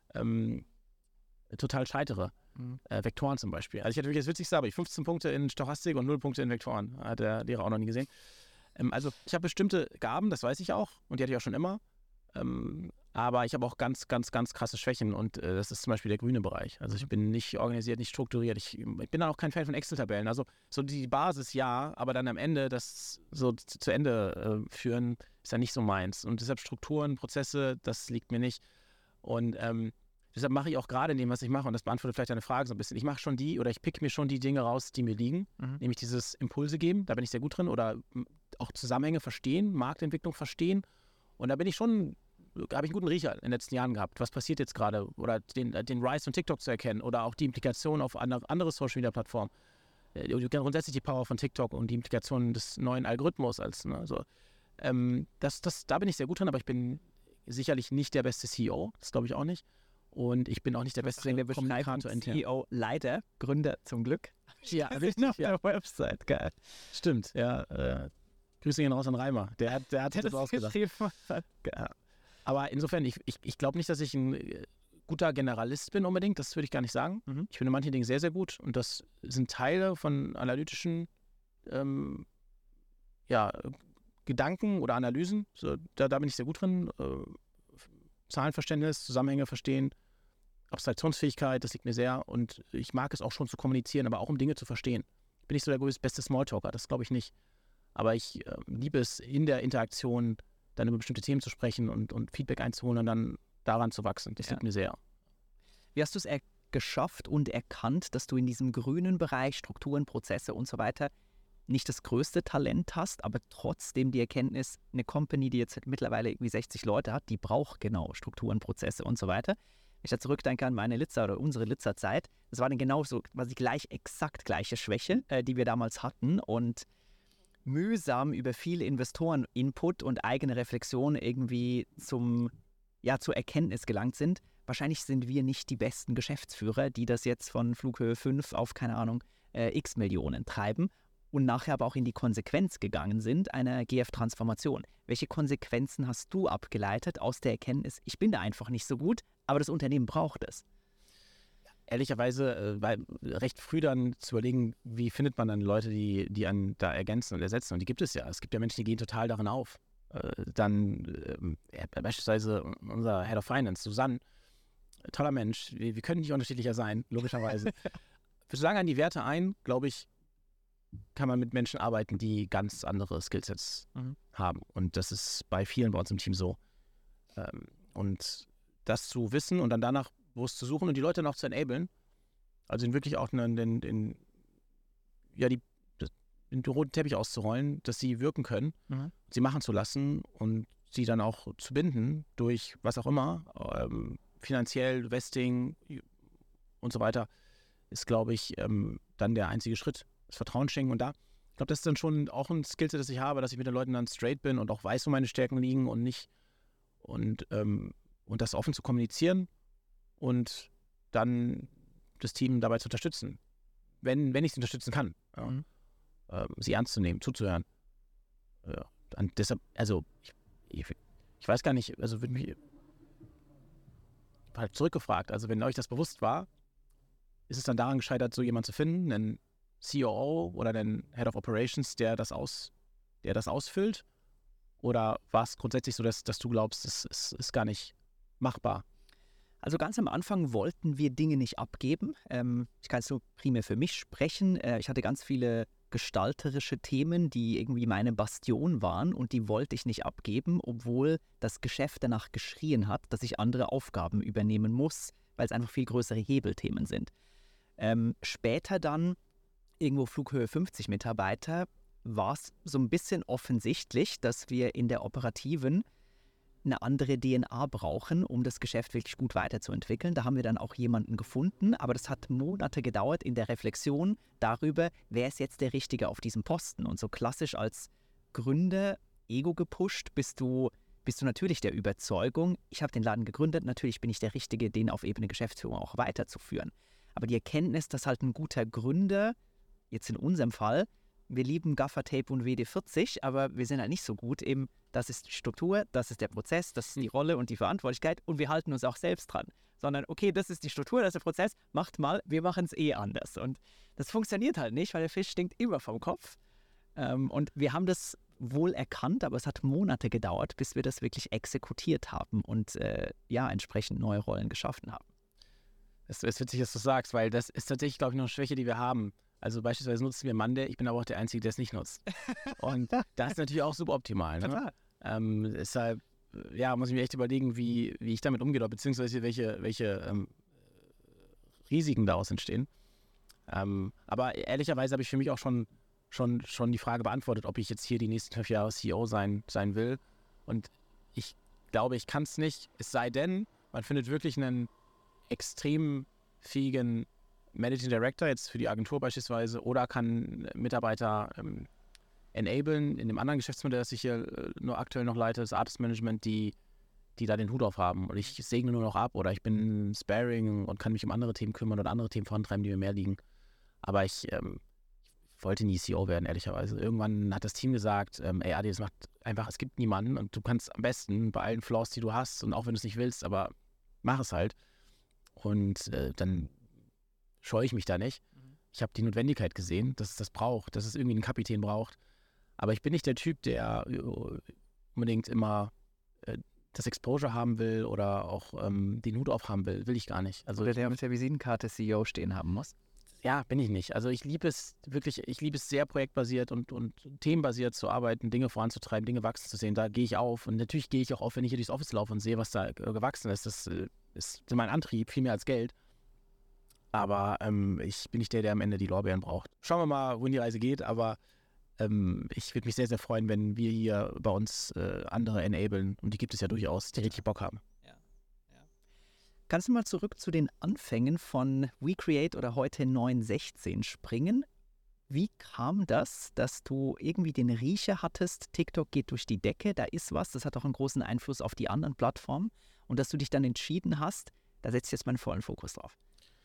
[SPEAKER 1] total scheitere. Vektoren zum Beispiel. Also ich hatte wirklich das Witzigste, aber ich 15 Punkte in Stochastik und 0 Punkte in Vektoren. Hat der Lehrer auch noch nie gesehen. Also ich habe bestimmte Gaben, das weiß ich auch. Und die hatte ich auch schon immer. Aber ich habe auch ganz, ganz, ganz krasse Schwächen. Und das ist zum Beispiel der grüne Bereich. Also ich bin nicht organisiert, nicht strukturiert. Ich bin dann auch kein Fan von Excel-Tabellen. Also so die Basis ja, aber dann am Ende das so zu Ende führen, ist ja nicht so meins. Und deshalb Strukturen, Prozesse, das liegt mir nicht. Und deshalb mache ich auch gerade in dem, was ich mache, und das beantwortet vielleicht deine Frage so ein bisschen, ich pick mir schon die Dinge raus, die mir liegen, nämlich dieses Impulse geben, da bin ich sehr gut drin, oder auch Zusammenhänge verstehen, Marktentwicklung verstehen, und da habe ich einen guten Riecher in den letzten Jahren gehabt, was passiert jetzt gerade, oder den Rise von TikTok zu erkennen, oder auch die Implikation auf andere Social-Media-Plattformen, grundsätzlich die Power von TikTok und die Implikationen des neuen Algorithmus, da bin ich sehr gut drin, aber ich bin sicherlich nicht der beste CEO, das glaube ich auch nicht. Und ich bin auch nicht der beste
[SPEAKER 3] Kommunikator intern. CEO leider, Gründer zum Glück.
[SPEAKER 1] Ja, richtig.
[SPEAKER 3] Auf der Website, geil.
[SPEAKER 1] Stimmt, ja. Grüße gehen raus an Reimer. Der hat das ausgedacht. Ja. Aber insofern, ich glaube nicht, dass ich ein guter Generalist bin unbedingt. Das würde ich gar nicht sagen. Ich bin in manchen Dingen sehr, sehr gut. Und das sind Teile von analytischen Gedanken oder Analysen. So, da bin ich sehr gut drin. Zahlenverständnis, Zusammenhänge verstehen, Abstraktionsfähigkeit, das liegt mir sehr, und ich mag es auch schon zu kommunizieren, aber auch um Dinge zu verstehen. Ich bin nicht so der beste Smalltalker, das glaube ich nicht. Aber ich liebe es, in der Interaktion dann über bestimmte Themen zu sprechen und Feedback einzuholen und dann daran zu wachsen. Das liegt mir sehr.
[SPEAKER 3] Wie hast du es geschafft und erkannt, dass du in diesem grünen Bereich, Strukturen, Prozesse und so weiter nicht das größte Talent hast, aber trotzdem die Erkenntnis, eine Company, die jetzt mittlerweile irgendwie 60 Leute hat, die braucht genau Strukturen, Prozesse und so weiter. Wenn ich da zurückdenke an meine Litza oder unsere Litza-Zeit, das war dann genauso quasi exakt gleiche Schwäche, die wir damals hatten, und mühsam über viel Investoren-Input und eigene Reflexion irgendwie zur Erkenntnis gelangt sind. Wahrscheinlich sind wir nicht die besten Geschäftsführer, die das jetzt von Flughöhe 5 auf, keine Ahnung, x Millionen treiben. Und nachher aber auch in die Konsequenz gegangen sind, einer GF-Transformation. Welche Konsequenzen hast du abgeleitet aus der Erkenntnis, ich bin da einfach nicht so gut, aber das Unternehmen braucht es?
[SPEAKER 1] Ehrlicherweise, recht früh dann zu überlegen, wie findet man dann Leute, die einen da ergänzen und ersetzen. Und die gibt es ja. Es gibt ja Menschen, die gehen total darin auf. Beispielsweise unser Head of Finance, Susanne, toller Mensch. Wir können nicht unterschiedlicher sein, logischerweise. Wir schlagen an die Werte ein, glaube ich, kann man mit Menschen arbeiten, die ganz andere Skillsets haben. Und das ist bei vielen bei uns im Team so. Und das zu wissen und dann danach bewusst zu suchen und die Leute dann auch zu enablen, also wirklich auch die den roten Teppich auszurollen, dass sie wirken können, sie machen zu lassen und sie dann auch zu binden durch was auch immer, finanziell, Vesting und so weiter, ist, glaube ich, dann der einzige Schritt. Das Vertrauen schenken und ich glaube, das ist dann schon auch ein Skillset, das ich habe, dass ich mit den Leuten dann straight bin und auch weiß, wo meine Stärken liegen und nicht und das offen zu kommunizieren und dann das Team dabei zu unterstützen, wenn ich sie unterstützen kann. Ja. Sie ernst zu nehmen, zuzuhören. Ja. Und deshalb, also ich weiß gar nicht, also würde mich halt zurückgefragt, also wenn euch das bewusst war, ist es dann daran gescheitert, so jemanden zu finden, einen COO oder einen Head of Operations, der das ausfüllt? Oder war es grundsätzlich so, dass du glaubst, es ist gar nicht machbar?
[SPEAKER 3] Also ganz am Anfang wollten wir Dinge nicht abgeben. Ich kann jetzt nur primär für mich sprechen. Ich hatte ganz viele gestalterische Themen, die irgendwie meine Bastion waren und die wollte ich nicht abgeben, obwohl das Geschäft danach geschrien hat, dass ich andere Aufgaben übernehmen muss, weil es einfach viel größere Hebelthemen sind. Später dann, irgendwo Flughöhe 50 Mitarbeiter, war es so ein bisschen offensichtlich, dass wir in der operativen eine andere DNA brauchen, um das Geschäft wirklich gut weiterzuentwickeln. Da haben wir dann auch jemanden gefunden, aber das hat Monate gedauert in der Reflexion darüber, wer ist jetzt der Richtige auf diesem Posten. Und so klassisch als Gründer, Ego gepusht, bist du natürlich der Überzeugung, ich habe den Laden gegründet, natürlich bin ich der Richtige, den auf Ebene Geschäftsführung auch weiterzuführen. Aber die Erkenntnis, dass halt ein guter Gründer, jetzt in unserem Fall, wir lieben Gaffertape und WD-40, aber wir sind halt nicht so gut im, das ist die Struktur, das ist der Prozess, das ist die Rolle und die Verantwortlichkeit und wir halten uns auch selbst dran. Sondern, okay, das ist die Struktur, das ist der Prozess, macht mal, wir machen es anders. Und das funktioniert halt nicht, weil der Fisch stinkt immer vom Kopf. Und wir haben das wohl erkannt, aber es hat Monate gedauert, bis wir das wirklich exekutiert haben und entsprechend neue Rollen geschaffen haben.
[SPEAKER 1] Es ist witzig, dass du sagst, weil das ist tatsächlich, glaube ich, noch eine Schwäche, die wir haben. Also beispielsweise nutzen wir Monday, ich bin aber auch der Einzige, der es nicht nutzt. Und das ist natürlich auch suboptimal. Ne? Deshalb muss ich mir echt überlegen, wie ich damit umgehe, oder beziehungsweise welche Risiken daraus entstehen. Aber ehrlicherweise habe ich für mich auch schon die Frage beantwortet, ob ich jetzt hier die nächsten 5 Jahre CEO sein will. Und ich glaube, ich kann es nicht, es sei denn, man findet wirklich einen extrem fähigen Managing Director, jetzt für die Agentur beispielsweise, oder kann Mitarbeiter enablen in dem anderen Geschäftsmodell, das ich hier nur aktuell noch leite, das Artist Management, die da den Hut auf haben. Und ich segne nur noch ab oder ich bin Sparing und kann mich um andere Themen kümmern oder andere Themen vorantreiben, die mir mehr liegen. Aber ich wollte nie CEO werden, ehrlicherweise. Irgendwann hat das Team gesagt, Adi, das macht einfach, es gibt niemanden und du kannst am besten bei allen Flaws, die du hast und auch wenn du es nicht willst, aber mach es halt. Und dann scheue ich mich da nicht. Ich habe die Notwendigkeit gesehen, dass es das braucht, dass es irgendwie einen Kapitän braucht. Aber ich bin nicht der Typ, der unbedingt immer das Exposure haben will oder auch den Hut auf haben will. Will ich gar nicht. Also,
[SPEAKER 3] oder der mit der Visitenkarte CEO stehen haben muss.
[SPEAKER 1] Ja, bin ich nicht. Also ich liebe es wirklich, sehr projektbasiert und themenbasiert zu arbeiten, Dinge voranzutreiben, Dinge wachsen zu sehen. Da gehe ich auf. Und natürlich gehe ich auch auf, wenn ich hier durchs Office laufe und sehe, was da gewachsen ist. Das ist mein Antrieb, viel mehr als Geld. Aber ich bin nicht der am Ende die Lorbeeren braucht. Schauen wir mal, wohin die Reise geht. Aber ich würde mich sehr, sehr freuen, wenn wir hier bei uns andere enablen. Und die gibt es ja durchaus, die richtig Bock haben.
[SPEAKER 3] Kannst du mal zurück zu den Anfängen von WeCreate oder heute 916 springen? Wie kam das, dass du irgendwie den Riecher hattest, TikTok geht durch die Decke, da ist was, das hat auch einen großen Einfluss auf die anderen Plattformen und dass du dich dann entschieden hast, da setze ich jetzt meinen vollen Fokus drauf?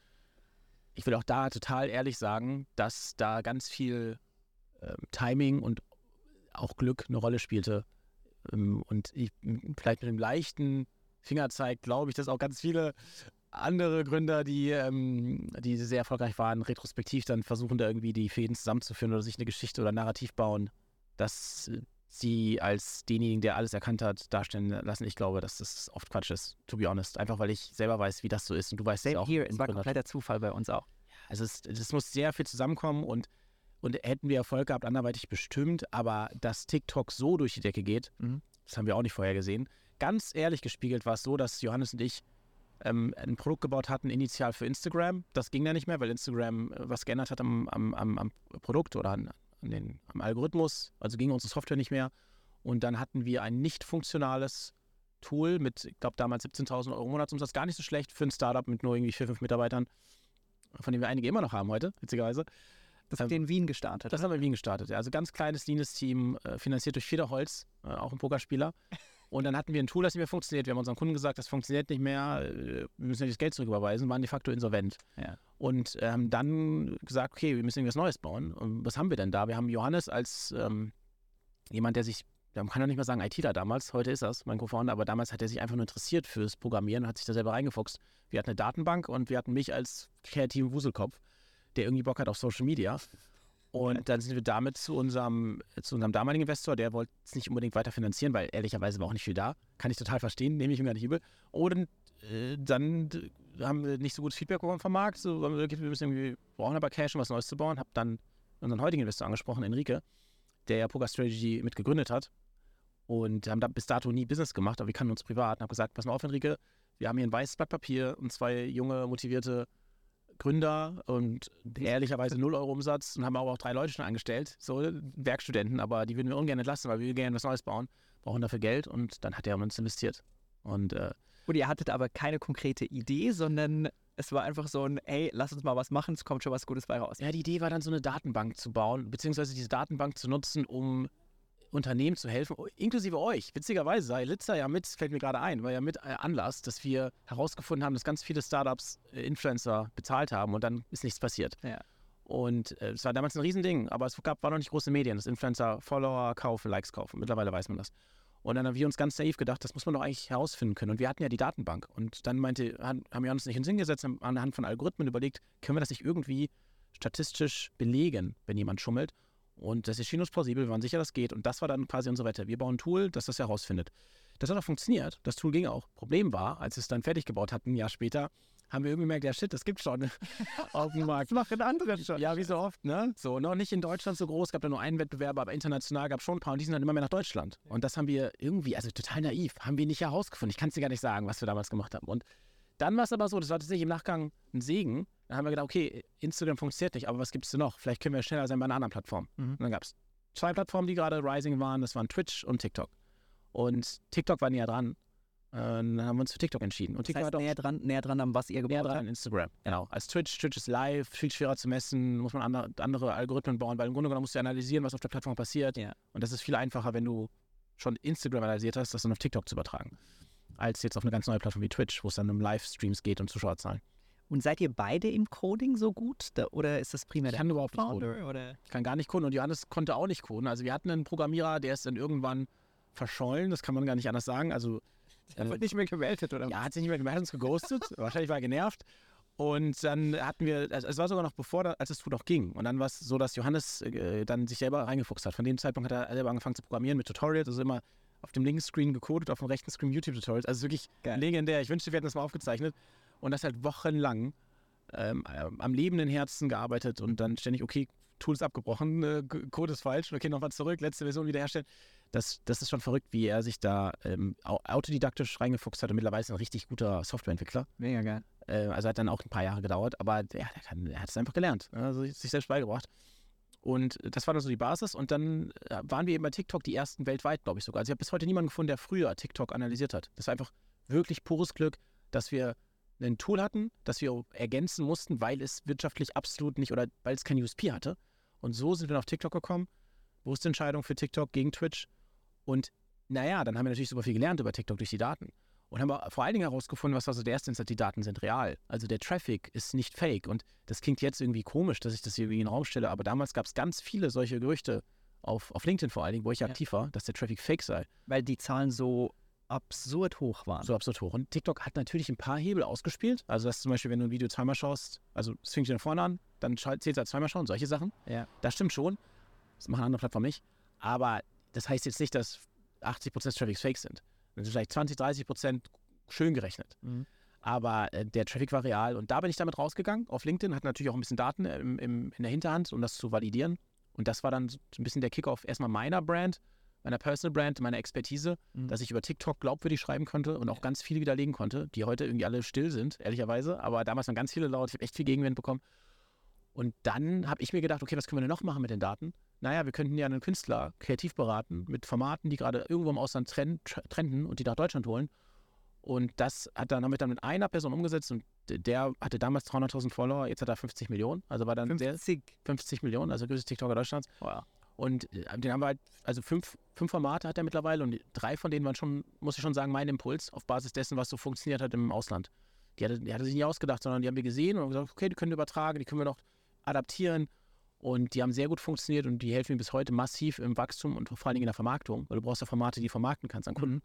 [SPEAKER 1] Ich will auch da total ehrlich sagen, dass da ganz viel Timing und auch Glück eine Rolle spielte. Und vielleicht mit dem leichten Fingerzeig glaube ich, dass auch ganz viele andere Gründer, die sehr erfolgreich waren, retrospektiv dann versuchen, da irgendwie die Fäden zusammenzuführen oder sich eine Geschichte oder ein Narrativ bauen, dass sie als denjenigen, der alles erkannt hat, darstellen lassen. Ich glaube, dass das oft Quatsch ist, to be honest. Einfach, weil ich selber weiß, wie das so ist. Und du weißt es auch.
[SPEAKER 3] Es war kompletter Zufall bei uns auch.
[SPEAKER 1] Also es muss sehr viel zusammenkommen und hätten wir Erfolg gehabt, anderweitig bestimmt, aber dass TikTok so durch die Decke geht, das haben wir auch nicht vorher gesehen. Ganz ehrlich gespiegelt war es so, dass Johannes und ich ein Produkt gebaut hatten, initial für Instagram. Das ging dann nicht mehr, weil Instagram was geändert hat am Produkt oder am Algorithmus, also ging unsere Software nicht mehr. Und dann hatten wir ein nicht funktionales Tool mit, ich glaube, damals 17.000 Euro Monatsumsatz, gar nicht so schlecht für ein Startup mit nur irgendwie 4, 5 Mitarbeitern, von denen wir einige immer noch haben heute, witzigerweise.
[SPEAKER 3] Das habt ihr in Wien gestartet?
[SPEAKER 1] Das haben wir in Wien gestartet, ja. Also ganz kleines, leanes Team, finanziert durch Federholz, auch ein Pokerspieler. Und dann hatten wir ein Tool, das nicht mehr funktioniert. Wir haben unseren Kunden gesagt, das funktioniert nicht mehr, wir müssen ja das Geld zurücküberweisen, waren de facto insolvent.
[SPEAKER 3] Ja.
[SPEAKER 1] Und haben dann gesagt, okay, wir müssen irgendwas Neues bauen. Und was haben wir denn da? Wir haben Johannes als jemand, man kann ja nicht mehr sagen ITler damals, heute ist das mein Co-Founder, aber damals hat er sich einfach nur interessiert fürs Programmieren und hat sich da selber reingefuchst. Wir hatten eine Datenbank und wir hatten mich als kreativen Wuselkopf, der irgendwie Bock hat auf Social Media. Und dann sind wir damit zu unserem damaligen Investor, der wollte es nicht unbedingt weiter finanzieren, weil ehrlicherweise war auch nicht viel da. Kann ich total verstehen, nehme ich ihm gar nicht übel. Und dann haben wir nicht so gutes Feedback bekommen vom Markt. So, wir brauchen aber Cash, um was Neues zu bauen. Habe dann unseren heutigen Investor angesprochen, Enrique, der ja Poker Strategy mit gegründet hat. Und haben da bis dato nie Business gemacht, aber wir kannten uns privat. Und habe gesagt, pass mal auf, Enrique, wir haben hier ein weißes Blatt Papier und 2 junge, motivierte Gründer und ehrlicherweise 0 Euro Umsatz und haben aber auch 3 Leute schon angestellt, so Werkstudenten, aber die würden wir ungern entlassen, weil wir gerne was Neues bauen, brauchen dafür Geld und dann hat er uns investiert. Und
[SPEAKER 3] ihr hattet aber keine konkrete Idee, sondern es war einfach so ein, hey, lass uns mal was machen, es kommt schon was Gutes bei raus.
[SPEAKER 1] Ja, die Idee war dann so eine Datenbank zu bauen, beziehungsweise diese Datenbank zu nutzen, um Unternehmen zu helfen, inklusive euch. Witzigerweise sei Litza ja mit, fällt mir gerade ein, war ja mit Anlass, dass wir herausgefunden haben, dass ganz viele Startups Influencer bezahlt haben und dann ist nichts passiert.
[SPEAKER 3] Ja.
[SPEAKER 1] Und es war damals ein Riesending, aber war noch nicht große Medien, dass Influencer Follower kaufen, Likes kaufen. Mittlerweile weiß man das. Und dann haben wir uns ganz naiv gedacht, das muss man doch eigentlich herausfinden können. Und wir hatten ja die Datenbank. Und dann haben wir uns nicht in den Sinn gesetzt, haben anhand von Algorithmen überlegt, können wir das nicht irgendwie statistisch belegen, wenn jemand schummelt. Und das erschien uns plausibel, wir waren sicher, das geht. Und das war dann quasi unsere Wette. Wir bauen ein Tool, das das herausfindet. Das hat auch funktioniert. Das Tool ging auch. Problem war, als wir es dann fertig gebaut hatten, ein Jahr später, haben wir irgendwie gemerkt, ja shit, das gibt schon auf dem Markt.
[SPEAKER 3] Das machen andere schon.
[SPEAKER 1] Ja, wie so oft, ne? So, noch nicht in Deutschland so groß, gab da nur einen Wettbewerber, aber international gab es schon ein paar und die sind dann immer mehr nach Deutschland. Und das haben wir irgendwie, also total naiv, haben wir nicht herausgefunden. Ich kann es dir gar nicht sagen, was wir damals gemacht haben. Und dann war es aber so, das war tatsächlich im Nachgang ein Segen. Dann haben wir gedacht, okay, Instagram funktioniert nicht, aber was gibt es denn noch? Vielleicht können wir schneller sein bei einer anderen Plattform. Und dann gab es 2 Plattformen, die gerade rising waren, das waren Twitch und TikTok. Und TikTok war näher dran. Dann haben wir uns für TikTok entschieden. Und TikTok
[SPEAKER 3] das heißt, näher dran an was ihr gebaut
[SPEAKER 1] näher dran
[SPEAKER 3] habt?
[SPEAKER 1] an Instagram, genau. Als Twitch ist live, viel schwerer zu messen, muss man andere Algorithmen bauen, weil im Grunde genommen musst du analysieren, was auf der Plattform passiert.
[SPEAKER 3] Ja.
[SPEAKER 1] Und das ist viel einfacher, wenn du schon Instagram analysiert hast, das dann auf TikTok zu übertragen, als jetzt auf eine ganz neue Plattform wie Twitch, wo es dann um Livestreams geht und Zuschauerzahlen.
[SPEAKER 3] Und seid ihr beide im Coding so gut? Oder ist das primär
[SPEAKER 1] Ich kann überhaupt nicht coden.
[SPEAKER 3] Founder? Oder?
[SPEAKER 1] Ich kann gar nicht coden und Johannes konnte auch nicht coden. Also wir hatten einen Programmierer, der ist dann irgendwann verschollen, das kann man gar nicht anders sagen. Also
[SPEAKER 3] Wird nicht mehr gemeldet, oder?
[SPEAKER 1] ja, hat sich nicht mehr gemeldet, uns geghostet. Wahrscheinlich war er genervt. Und dann hatten wir, also es war sogar noch bevor, als es Tool noch ging. Und dann war es so, dass Johannes dann sich selber reingefuchst hat. Von dem Zeitpunkt hat er selber angefangen zu programmieren mit Tutorials. Also immer auf dem linken Screen gecodet, auf dem rechten Screen YouTube-Tutorials. Also wirklich legendär. Ich wünschte, wir hätten das mal aufgezeichnet. Und das halt wochenlang am lebenden Herzen gearbeitet und dann ständig, okay, Tool ist abgebrochen, Code ist falsch, okay, noch was zurück, letzte Version wiederherstellen. Das ist schon verrückt, wie er sich da autodidaktisch reingefuchst hat und mittlerweile ist ein richtig guter Softwareentwickler.
[SPEAKER 3] Mega geil.
[SPEAKER 1] Also hat dann auch ein paar Jahre gedauert, aber er hat es einfach gelernt, also sich selbst beigebracht. Und das war dann so die Basis und dann waren wir eben bei TikTok die ersten weltweit, glaube ich sogar. Also ich habe bis heute niemanden gefunden, der früher TikTok analysiert hat. Das war einfach wirklich pures Glück, dass wir ein Tool hatten, das wir ergänzen mussten, weil es wirtschaftlich absolut nicht oder weil es kein USP hatte. Und so sind wir auf TikTok gekommen. Bewusste Entscheidung für TikTok gegen Twitch. Und naja, dann haben wir natürlich super viel gelernt über TikTok durch die Daten. Und haben vor allen Dingen herausgefunden, was war so der erste Insight, die Daten sind real. Also der Traffic ist nicht fake. Und das klingt jetzt irgendwie komisch, dass ich das hier irgendwie in den Raum stelle, aber damals gab es ganz viele solche Gerüchte, auf LinkedIn vor allen Dingen, wo ich aktiv war, dass der Traffic fake sei.
[SPEAKER 3] Weil die Zahlen so absurd hoch waren.
[SPEAKER 1] So absurd hoch. Und TikTok hat natürlich ein paar Hebel ausgespielt. Also dass zum Beispiel, wenn du ein Video zweimal schaust, also es fängt schon vorne an, dann zählt es als zweimal schauen, solche Sachen.
[SPEAKER 3] Ja.
[SPEAKER 1] Das stimmt schon. Das machen andere Plattformen nicht. Aber das heißt jetzt nicht, dass 80% des Traffics fake sind. Das sind vielleicht 20-30% schön gerechnet. Aber der Traffic war real und da bin ich damit rausgegangen. Auf LinkedIn hat natürlich auch ein bisschen Daten in der Hinterhand, um das zu validieren. Und das war dann so ein bisschen der Kickoff erstmal meiner Brand, meiner Personal Brand, meiner Expertise, dass ich über TikTok glaubwürdig schreiben konnte und auch ganz viele widerlegen konnte, die heute irgendwie alle still sind, ehrlicherweise. Aber damals waren ganz viele laut, ich habe echt viel Gegenwind bekommen. Und dann habe ich mir gedacht, okay, was können wir denn noch machen mit den Daten? Naja, wir könnten ja einen Künstler kreativ beraten mit Formaten, die gerade irgendwo im Ausland trenden und die nach Deutschland holen. Und haben wir dann mit einer Person umgesetzt und der hatte damals 300.000 Follower, jetzt hat er 50 Millionen. Also war dann 50 Millionen, also größtes TikToker Deutschlands.
[SPEAKER 3] Wow.
[SPEAKER 1] Und den haben wir halt, also fünf Formate hat er mittlerweile und 3 von denen waren schon, muss ich schon sagen, mein Impuls auf Basis dessen, was so funktioniert hat im Ausland. Die hatte sich nicht ausgedacht, sondern die haben wir gesehen und haben gesagt, okay, die können wir übertragen, die können wir noch adaptieren. Und die haben sehr gut funktioniert und die helfen mir bis heute massiv im Wachstum und vor allen Dingen in der Vermarktung, weil du brauchst ja Formate, die du vermarkten kannst an Kunden.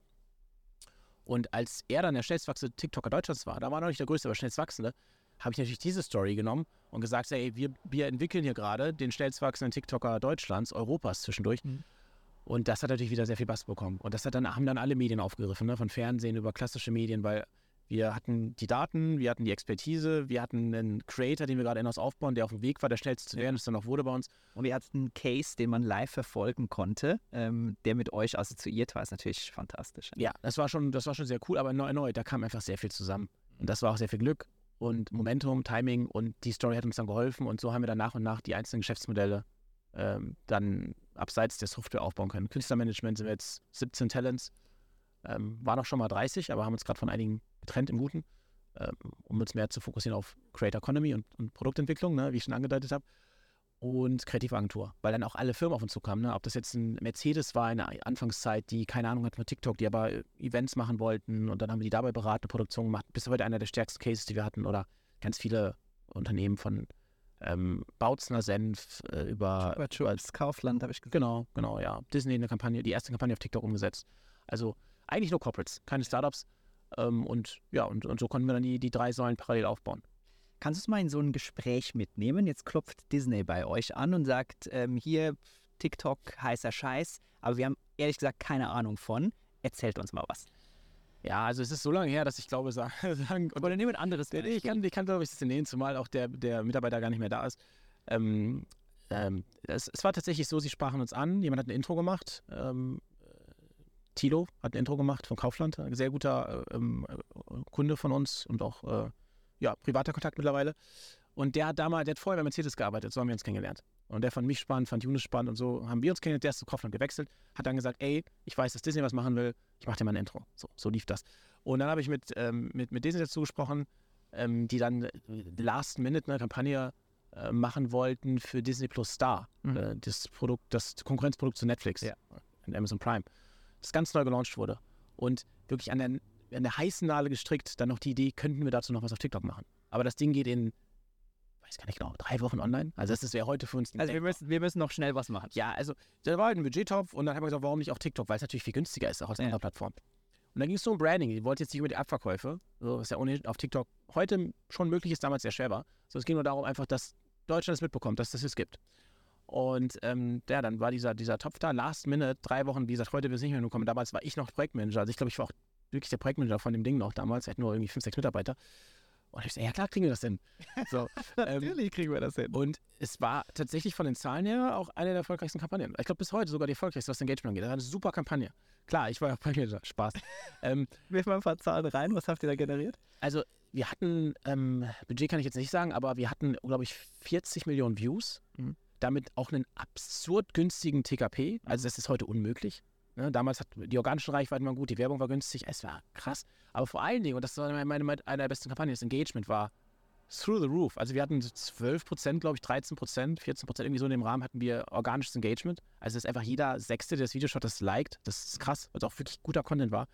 [SPEAKER 1] Und als er dann der schnellst wachsende TikToker Deutschlands war, da war er noch nicht der größte, aber schnellst wachsende, habe ich natürlich diese Story genommen und gesagt, ey, wir entwickeln hier gerade den schnellst wachsenden TikToker Deutschlands, Europas zwischendurch. Und das hat natürlich wieder sehr viel Bass bekommen. Und das haben dann alle Medien aufgegriffen, ne? Von Fernsehen über klassische Medien, weil wir hatten die Daten, wir hatten die Expertise, wir hatten einen Creator, den wir gerade in-house aufbauen, der auf dem Weg war, der schnellste zu werden, das dann auch wurde bei uns.
[SPEAKER 3] Und ihr hattet einen Case, den man live verfolgen konnte, der mit euch assoziiert war, ist natürlich fantastisch.
[SPEAKER 1] Ja, das war schon sehr cool, aber erneut, da kam einfach sehr viel zusammen. Und das war auch sehr viel Glück und Momentum, Timing und die Story hat uns dann geholfen und so haben wir dann nach und nach die einzelnen Geschäftsmodelle dann abseits der Software aufbauen können. Künstlermanagement sind wir jetzt 17 Talents, waren auch schon mal 30, aber haben uns gerade von einigen getrennt im Guten, um uns mehr zu fokussieren auf Creator Economy und Produktentwicklung, ne, wie ich schon angedeutet habe, und Kreativagentur, weil dann auch alle Firmen auf uns zukamen, ne, ob das jetzt ein Mercedes war in der Anfangszeit, die keine Ahnung hatten von TikTok, die aber Events machen wollten und dann haben wir die dabei beraten, eine Produktion gemacht, bis heute einer der stärksten Cases, die wir hatten, oder ganz viele Unternehmen von Bautzner Senf über
[SPEAKER 3] Kaufland, habe ich gesagt.
[SPEAKER 1] Genau, ja. Disney eine Kampagne, die erste Kampagne auf TikTok umgesetzt. Also eigentlich nur Corporates, keine Startups. Und so konnten wir dann die 3 Säulen parallel aufbauen.
[SPEAKER 3] Kannst du es mal in so ein Gespräch mitnehmen? Jetzt klopft Disney bei euch an und sagt, hier TikTok, heißer Scheiß, aber wir haben ehrlich gesagt keine Ahnung von. Erzählt uns mal was.
[SPEAKER 1] Ja, also es ist so lange her, dass ich glaube,
[SPEAKER 3] oder nehmen wir ein anderes
[SPEAKER 1] Ich kann glaube ich, das nehmen, zumal auch der Mitarbeiter gar nicht mehr da ist. Es war tatsächlich so, sie sprachen uns an, jemand hat ein Intro gemacht, Thilo hat ein Intro gemacht von Kaufland, ein sehr guter Kunde von uns und auch privater Kontakt mittlerweile. Und der hat vorher bei Mercedes gearbeitet, so haben wir uns kennengelernt. Und der fand mich spannend, fand Younes spannend und so haben wir uns kennengelernt, der ist zu Kaufland gewechselt, hat dann gesagt, ey, ich weiß, dass Disney was machen will, ich mache dir mal ein Intro. So lief das. Und dann habe ich mit Disney dazu gesprochen, die dann Last Minute eine Kampagne machen wollten für Disney Plus Star, das Konkurrenzprodukt zu Netflix und Amazon Prime, das ganz neu gelauncht wurde. Und wirklich an der heißen Nadel gestrickt, dann noch die Idee, könnten wir dazu noch was auf TikTok machen. Aber das Ding geht in, weiß gar nicht genau, 3 Wochen online. Also das wäre heute für uns...
[SPEAKER 3] Also wir müssen noch schnell was machen.
[SPEAKER 1] Ja, also da war halt ein Budgettopf und dann haben wir gesagt, warum nicht auch TikTok, weil es natürlich viel günstiger ist, auch als andere Plattformen. Und dann ging es so um Branding. Die wollten jetzt nicht über die Abverkäufe, so, was ja ohnehin auf TikTok heute schon möglich ist, damals sehr schwer war. So, es ging nur darum einfach, dass Deutschland es mitbekommt, dass das es gibt. Und dann war dieser Topf da, Last Minute, 3 Wochen, wie gesagt, heute wird es nicht mehr nur kommen. Damals war ich noch Projektmanager, also ich glaube, ich war auch wirklich der Projektmanager von dem Ding noch damals, wir hatten nur irgendwie 5, 6 Mitarbeiter. Und ich gesagt, ja klar, kriegen wir das hin. So,
[SPEAKER 3] Natürlich kriegen wir das hin.
[SPEAKER 1] Und es war tatsächlich von den Zahlen her auch eine der erfolgreichsten Kampagnen. Ich glaube, bis heute sogar die erfolgreichste, was Engagement angeht. Das war eine super Kampagne. Klar, ich war ja auch Projektmanager, Spaß.
[SPEAKER 3] Wirf mal ein paar Zahlen rein, was habt ihr da generiert?
[SPEAKER 1] Also wir hatten, Budget kann ich jetzt nicht sagen, aber wir hatten, glaube ich, 40 Millionen Views. Damit auch einen absurd günstigen TKP. Also das ist heute unmöglich. Ne? Damals die organischen Reichweiten waren gut, die Werbung war günstig, es war krass. Aber vor allen Dingen, und das war eine der besten Kampagnen, das Engagement war through the roof. Also wir hatten 12%, glaube ich, 13%, 14%, irgendwie so in dem Rahmen hatten wir organisches Engagement. Also das ist einfach jeder Sechste, der das Video schaut, das liked. Das ist krass, weil es auch wirklich guter Content war.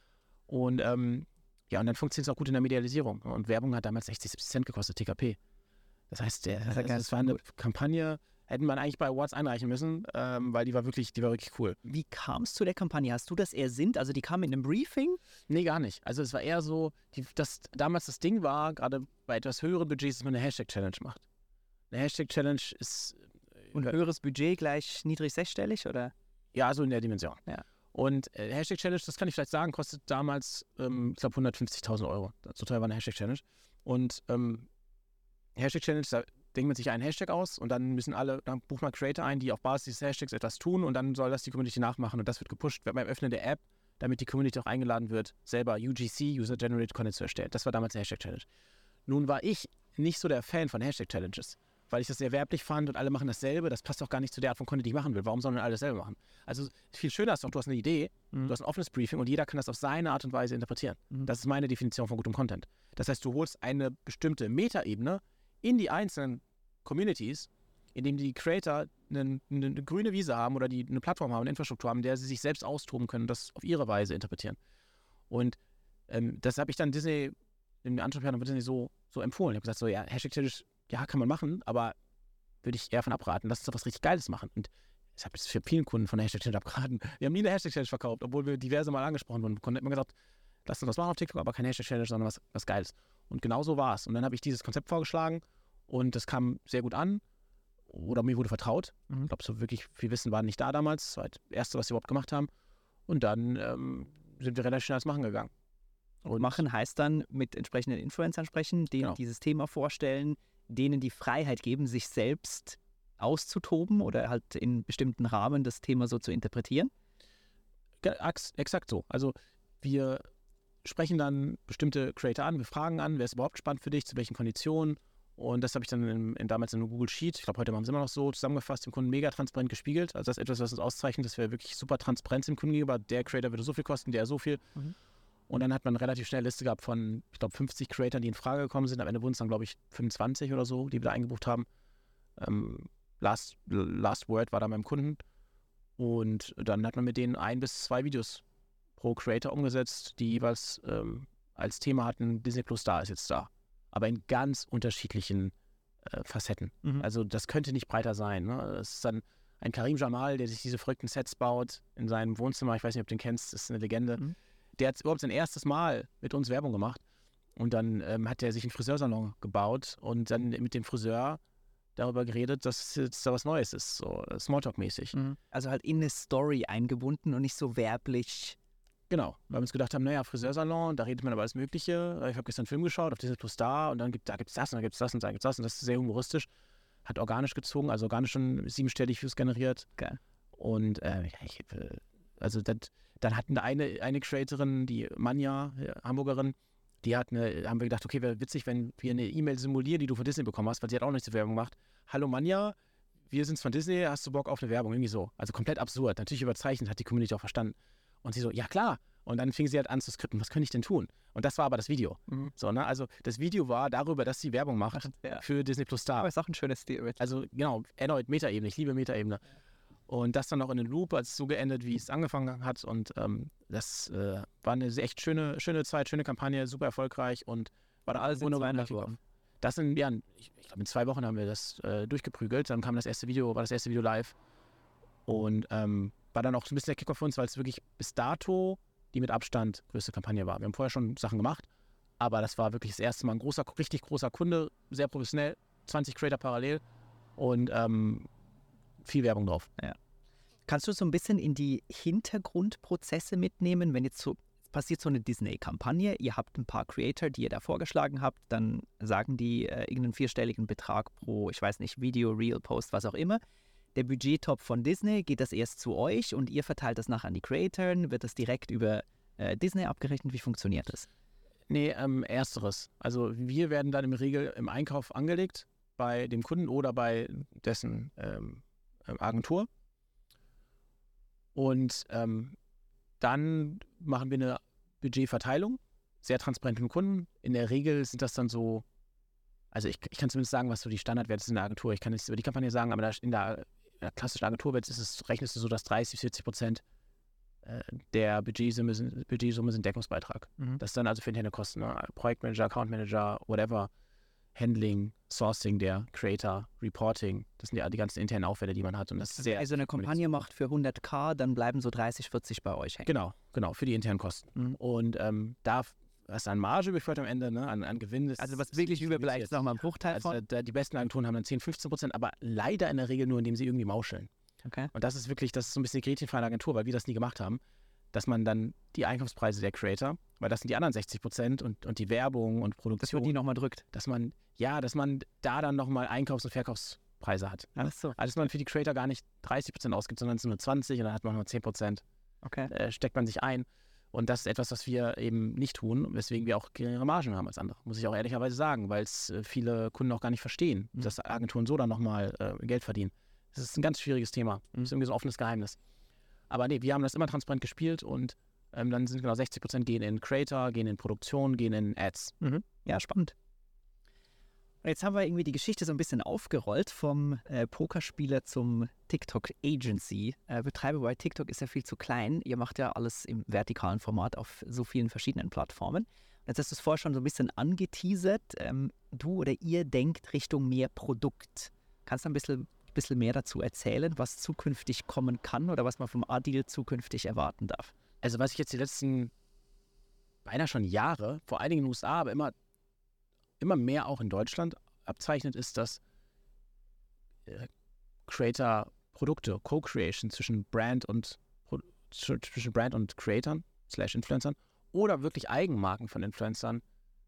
[SPEAKER 1] Und und dann funktioniert es auch gut in der Medialisierung. Und Werbung hat damals 60-70 Cent gekostet, TKP. Das heißt, das war eine Kampagne, hätten man eigentlich bei Awards einreichen müssen, weil die war wirklich cool.
[SPEAKER 3] Wie kam es zu der Kampagne? Hast du das ersinnt? Also die kam in einem Briefing?
[SPEAKER 1] Nee, gar nicht. Also es war eher so, damals das Ding war, gerade bei etwas höheren Budgets, dass man eine Hashtag-Challenge macht. Eine Hashtag-Challenge ist...
[SPEAKER 3] Und höheres Budget gleich niedrig sechsstellig, oder?
[SPEAKER 1] Ja, so in der Dimension.
[SPEAKER 3] Ja.
[SPEAKER 1] Und Hashtag-Challenge, das kann ich vielleicht sagen, kostet damals, ich glaube, 150.000 Euro. So teuer war eine Hashtag-Challenge. Und Hashtag-Challenge, da denkt man sich einen Hashtag aus und dann bucht man Creator ein, die auf Basis dieses Hashtags etwas tun und dann soll das die Community nachmachen und das wird gepusht beim Öffnen der App, damit die Community auch eingeladen wird, selber UGC, User-Generated Content zu erstellen. Das war damals die Hashtag-Challenge. Nun war ich nicht so der Fan von Hashtag-Challenges, weil ich das sehr werblich fand und alle machen dasselbe. Das passt auch gar nicht zu der Art von Content, die ich machen will. Warum sollen denn alle dasselbe machen? Also viel schöner ist doch, du hast eine Idee, du hast ein offenes Briefing und jeder kann das auf seine Art und Weise interpretieren. Das ist meine Definition von gutem Content. Das heißt, du holst eine bestimmte Metaebene in die einzelnen Communities, indem die Creator eine grüne Wiese haben oder die eine Plattform haben, eine Infrastruktur haben, in der sie sich selbst austoben können und das auf ihre Weise interpretieren. Und das habe ich dann Disney, in Ansprechpartner wird Disney so empfohlen. Ich habe gesagt, so ja, Hashtag-Challenge, ja, kann man machen, aber würde ich eher von abraten. Lass uns doch was richtig Geiles machen. Und ich habe es für vielen Kunden von der Hashtag-Challenge abgeraten. Wir haben nie eine Hashtag-Challenge verkauft, obwohl wir diverse Mal angesprochen wurden. Kunden haben immer gesagt, lass uns was machen auf TikTok, aber keine Hashtag-Challenge, sondern was Geiles. Und genau so war es. Und dann habe ich dieses Konzept vorgeschlagen und das kam sehr gut an. Oder mir wurde vertraut. Ich glaube, so wirklich viel Wissen war nicht da damals. Das war das Erste, was wir überhaupt gemacht haben. Und dann sind wir relativ schnell ans Machen gegangen.
[SPEAKER 3] Und machen heißt dann mit entsprechenden Influencern sprechen, denen dieses Thema vorstellen, denen die Freiheit geben, sich selbst auszutoben oder halt in bestimmten Rahmen das Thema so zu interpretieren?
[SPEAKER 1] Exakt so. Also wir sprechen dann bestimmte Creator an, wir fragen an, wer ist überhaupt spannend für dich, zu welchen Konditionen. Und das habe ich dann damals in einem Google Sheet, ich glaube, heute machen wir es immer noch so, zusammengefasst, dem Kunden mega transparent gespiegelt. Also das ist etwas, was uns auszeichnet, dass wir wirklich super transparent sind dem Kunden gegenüber. Der Creator würde so viel kosten, der so viel. Und dann hat man eine relativ schnelle Liste gehabt von, ich glaube, 50 Creators, die in Frage gekommen sind. Am Ende wurden es dann, glaube ich, 25 oder so, die wir da eingebucht haben. Last Word war da beim Kunden. Und dann hat man mit denen 1 bis 2 Videos pro Creator umgesetzt, die jeweils als Thema hatten, Disney Plus da ist jetzt da. Aber in ganz unterschiedlichen Facetten. Also das könnte nicht breiter sein. Ne? Das ist dann ein Karim Jamal, der sich diese verrückten Sets baut in seinem Wohnzimmer. Ich weiß nicht, ob du den kennst, das ist eine Legende. Der hat überhaupt sein erstes Mal mit uns Werbung gemacht. Und dann hat er sich einen Friseursalon gebaut und dann mit dem Friseur darüber geredet, dass jetzt da was Neues ist, so Smalltalk-mäßig.
[SPEAKER 3] Also halt in eine Story eingebunden und nicht so werblich.
[SPEAKER 1] Genau, weil wir uns gedacht haben, naja, Friseursalon, da redet man über alles Mögliche. Ich habe gestern einen Film geschaut, auf Disney Plus da und dann da gibt es das und da gibt es das und da gibt es das und das ist sehr humoristisch. Hat organisch gezogen, also organisch schon 7-stellig Views generiert.
[SPEAKER 3] Geil.
[SPEAKER 1] Und dann hatten eine Creatorin, die Manja, Hamburgerin, haben wir gedacht, okay, wäre witzig, wenn wir eine E-Mail simulieren, die du von Disney bekommen hast, weil sie hat auch nicht zur Werbung gemacht. Hallo Manja, wir sind's von Disney, hast du Bock auf eine Werbung? Irgendwie so. Also komplett absurd. Natürlich überzeichnet, hat die Community auch verstanden. Und sie so, ja klar. Und dann fing sie halt an zu skripten, was könnte ich denn tun? Und das war aber das Video. So, ne? Also das Video war darüber, dass sie Werbung macht für Disney Plus Star.
[SPEAKER 3] Aber ist auch ein schönes Stil.
[SPEAKER 1] Also genau, erneut Metaebene, ich liebe Metaebene. Und das dann noch in den Loop, als es so geendet, wie es angefangen hat. Und das war eine echt schöne Zeit, schöne Kampagne, super erfolgreich und war da alles wunderbar. Das sind, ja, ich glaube, in 2 Wochen haben wir das durchgeprügelt. Dann war das erste Video live. Und war dann auch so ein bisschen der Kickoff für uns, weil es wirklich bis dato die mit Abstand größte Kampagne war. Wir haben vorher schon Sachen gemacht, aber das war wirklich das erste Mal ein richtig großer Kunde, sehr professionell, 20 Creator parallel und viel Werbung drauf.
[SPEAKER 3] Ja. Kannst du so ein bisschen in die Hintergrundprozesse mitnehmen, wenn jetzt so passiert so eine Disney-Kampagne, ihr habt ein paar Creator, die ihr da vorgeschlagen habt, dann sagen die irgendeinen 4-stelligen Betrag pro, ich weiß nicht, Video, Reel, Post, was auch immer. Der Budgettop von Disney geht das erst zu euch und ihr verteilt das nachher an die Creatoren, wird das direkt über Disney abgerechnet? Wie funktioniert das?
[SPEAKER 1] Nee, ersteres. Also wir werden dann im Einkauf angelegt bei dem Kunden oder bei dessen Agentur. Und dann machen wir eine Budgetverteilung, sehr transparent mit dem Kunden. In der Regel sind das dann so, also ich kann zumindest sagen, was so die Standardwerte sind in der Agentur. Ich kann nichts über die Kampagne sagen, aber in der klassischen Agenturwelt rechnest du so, dass 30-40% der Budgetsumme sind Deckungsbeitrag. Das ist dann also für interne Kosten, ne? Projektmanager, Accountmanager, whatever, Handling, Sourcing der Creator, Reporting, das sind ja die ganzen internen Aufwände, die man hat. Und das ist sehr.
[SPEAKER 3] Also eine Kampagne macht für 100.000, dann bleiben so 30-40 bei euch hängen.
[SPEAKER 1] Genau, für die internen Kosten. Und da hast du an Marge überführt am Ende, ne, an Gewinn.
[SPEAKER 3] Also was wirklich überbleibt, ist nochmal ein Bruchteil von?
[SPEAKER 1] Also die besten Agenturen haben dann 10-15%, aber leider in der Regel nur, indem sie irgendwie mauscheln.
[SPEAKER 3] Okay.
[SPEAKER 1] Und das ist so ein bisschen die Gretchen für eine Agentur, weil wir das nie gemacht haben, dass man dann die Einkaufspreise der Creator, weil das sind die anderen 60% und die Werbung und Produktion.
[SPEAKER 3] Dass man die nochmal drückt.
[SPEAKER 1] Dass man da dann nochmal Einkaufs- und Verkaufspreise hat.
[SPEAKER 3] Ach so.
[SPEAKER 1] Also dass man für die Creator gar nicht 30% ausgibt, sondern es sind nur 20% und dann hat man nur 10%.
[SPEAKER 3] Okay.
[SPEAKER 1] Steckt man sich ein. Und das ist etwas, was wir eben nicht tun, weswegen wir auch geringere Margen haben als andere, muss ich auch ehrlicherweise sagen, weil es viele Kunden auch gar nicht verstehen, dass Agenturen so dann nochmal Geld verdienen. Das ist ein ganz schwieriges Thema. Das ist irgendwie so ein offenes Geheimnis. Aber nee, wir haben das immer transparent gespielt und dann sind genau 60% gehen in Creator, gehen in Produktion, gehen in Ads.
[SPEAKER 3] Ja, spannend. Und jetzt haben wir irgendwie die Geschichte so ein bisschen aufgerollt vom Pokerspieler zum TikTok-Agency-Betreiber, weil TikTok ist ja viel zu klein. Ihr macht ja alles im vertikalen Format auf so vielen verschiedenen Plattformen. Und jetzt hast du es vorher schon so ein bisschen angeteasert. Du oder ihr denkt Richtung mehr Produkt. Kannst du ein bisschen mehr dazu erzählen, was zukünftig kommen kann oder was man vom A-Deal zukünftig erwarten darf?
[SPEAKER 1] Also was ich jetzt die letzten beinahe schon Jahre, vor allen Dingen in den USA, aber immer mehr auch in Deutschland abzeichnet, ist, dass Creator-Produkte, Co-Creation zwischen Brand und Creatern / Influencern oder wirklich Eigenmarken von Influencern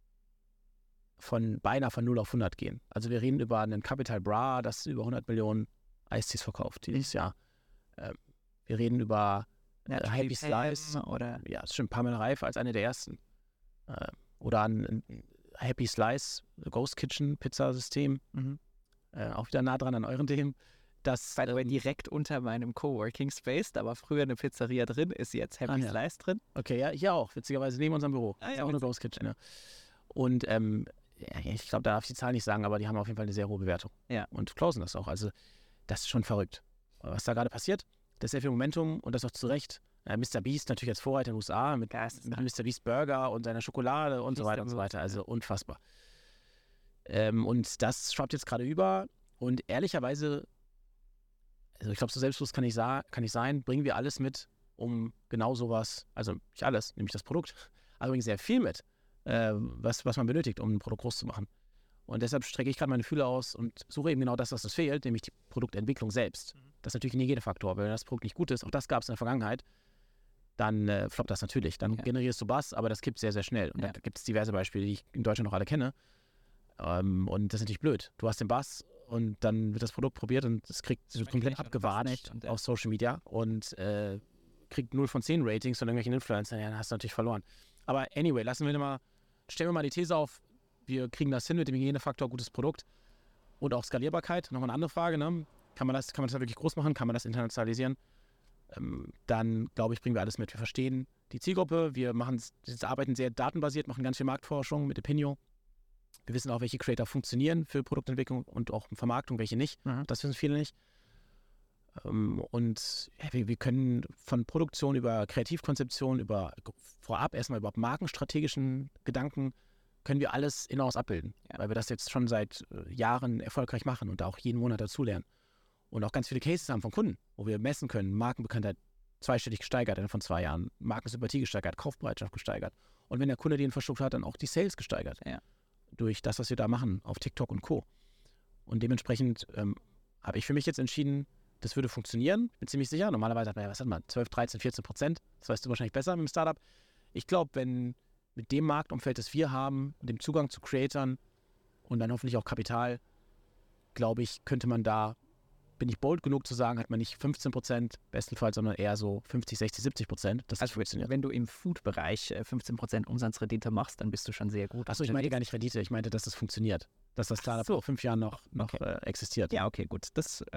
[SPEAKER 1] beinahe von 0 auf 100 gehen. Also wir reden über einen Capital Bra, das über 100 Millionen Eistees verkauft dieses Jahr. Wir reden über Happy Slice
[SPEAKER 3] oder
[SPEAKER 1] ja, das stimmt, Pamela Reif als eine der ersten. Oder ein Happy Slice, Ghost Kitchen Pizzasystem, auch wieder nah dran an euren Themen. Das
[SPEAKER 3] by the way, direkt unter meinem Coworking Space, da war früher eine Pizzeria drin, ist jetzt Happy Slice drin.
[SPEAKER 1] Okay, ja, hier auch, witzigerweise neben unserem Büro. Ist auch eine Ghost Kitchen, ja. Und ich glaube, da darf ich die Zahl nicht sagen, aber die haben auf jeden Fall eine sehr hohe Bewertung.
[SPEAKER 3] Ja.
[SPEAKER 1] Und closen das auch. Also das ist schon verrückt. Was da gerade passiert, das ist sehr viel Momentum und das auch zu Recht. Mr. Beast natürlich als Vorreiter in den USA mit Mr. Beast Burger und seiner Schokolade und so weiter und so weiter. Also unfassbar. Und das schwappt jetzt gerade über und ehrlicherweise, also ich glaube, so selbstbewusst kann ich sein, bringen wir alles mit, um genau sowas, also nicht alles, nämlich das Produkt, aber bringen sehr viel mit, was man benötigt, um ein Produkt groß zu machen. Und deshalb strecke ich gerade meine Fühler aus und suche eben genau das, was uns fehlt, nämlich die Produktentwicklung selbst. Das ist natürlich ein Hygienefaktor, weil wenn das Produkt nicht gut ist, auch das gab es in der Vergangenheit, dann floppt das natürlich. Dann generierst du Buzz, aber das kippt sehr, sehr schnell. Und da gibt es diverse Beispiele, die ich in Deutschland noch alle kenne. Und das ist natürlich blöd. Du hast den Buzz und dann wird das Produkt probiert und es kriegt komplett abgewatscht auf Social Media und kriegt 0 von 10 Ratings von irgendwelchen Influencern. Ja, dann hast du natürlich verloren. Aber anyway, stellen wir mal die These auf, wir kriegen das hin mit dem Hygienefaktor, gutes Produkt und auch Skalierbarkeit. Nochmal eine andere Frage, ne? Kann man das da wirklich groß machen? Kann man das internationalisieren? Dann, glaube ich, bringen wir alles mit. Wir verstehen die Zielgruppe, wir arbeiten sehr datenbasiert, machen ganz viel Marktforschung mit Opinio. Wir wissen auch, welche Creator funktionieren für Produktentwicklung und auch Vermarktung, welche nicht. Das wissen viele nicht. Und wir können von Produktion über Kreativkonzeption, über vorab erstmal überhaupt markenstrategischen Gedanken, können wir alles in-house abbilden, weil wir das jetzt schon seit Jahren erfolgreich machen und da auch jeden Monat dazulernen. Und auch ganz viele Cases haben von Kunden, wo wir messen können, Markenbekanntheit zweistellig gesteigert von 2 Jahren, Markensympathie gesteigert, Kaufbereitschaft gesteigert. Und wenn der Kunde die Infrastruktur hat, dann auch die Sales gesteigert. Ja. Durch das, was wir da machen auf TikTok und Co. Und dementsprechend habe ich für mich jetzt entschieden, das würde funktionieren, bin ziemlich sicher. Normalerweise hat man 12, 13, 14%. Das weißt du wahrscheinlich besser mit dem Startup. Ich glaube, wenn mit dem Marktumfeld, das wir haben, dem Zugang zu Creatern und dann hoffentlich auch Kapital, glaube ich, könnte man da, bin ich bold genug zu sagen, hat man nicht 15% bestenfalls, sondern eher so 50, 60, 70%. Das
[SPEAKER 3] also funktioniert. Wenn du im Food-Bereich 15% Umsatzrendite machst, dann bist du schon sehr gut.
[SPEAKER 1] Achso, ich meinte gar nicht Rendite, ich meinte, dass das funktioniert. Dass das Startup vor 5 Jahren noch existiert.
[SPEAKER 3] Ja, okay, gut.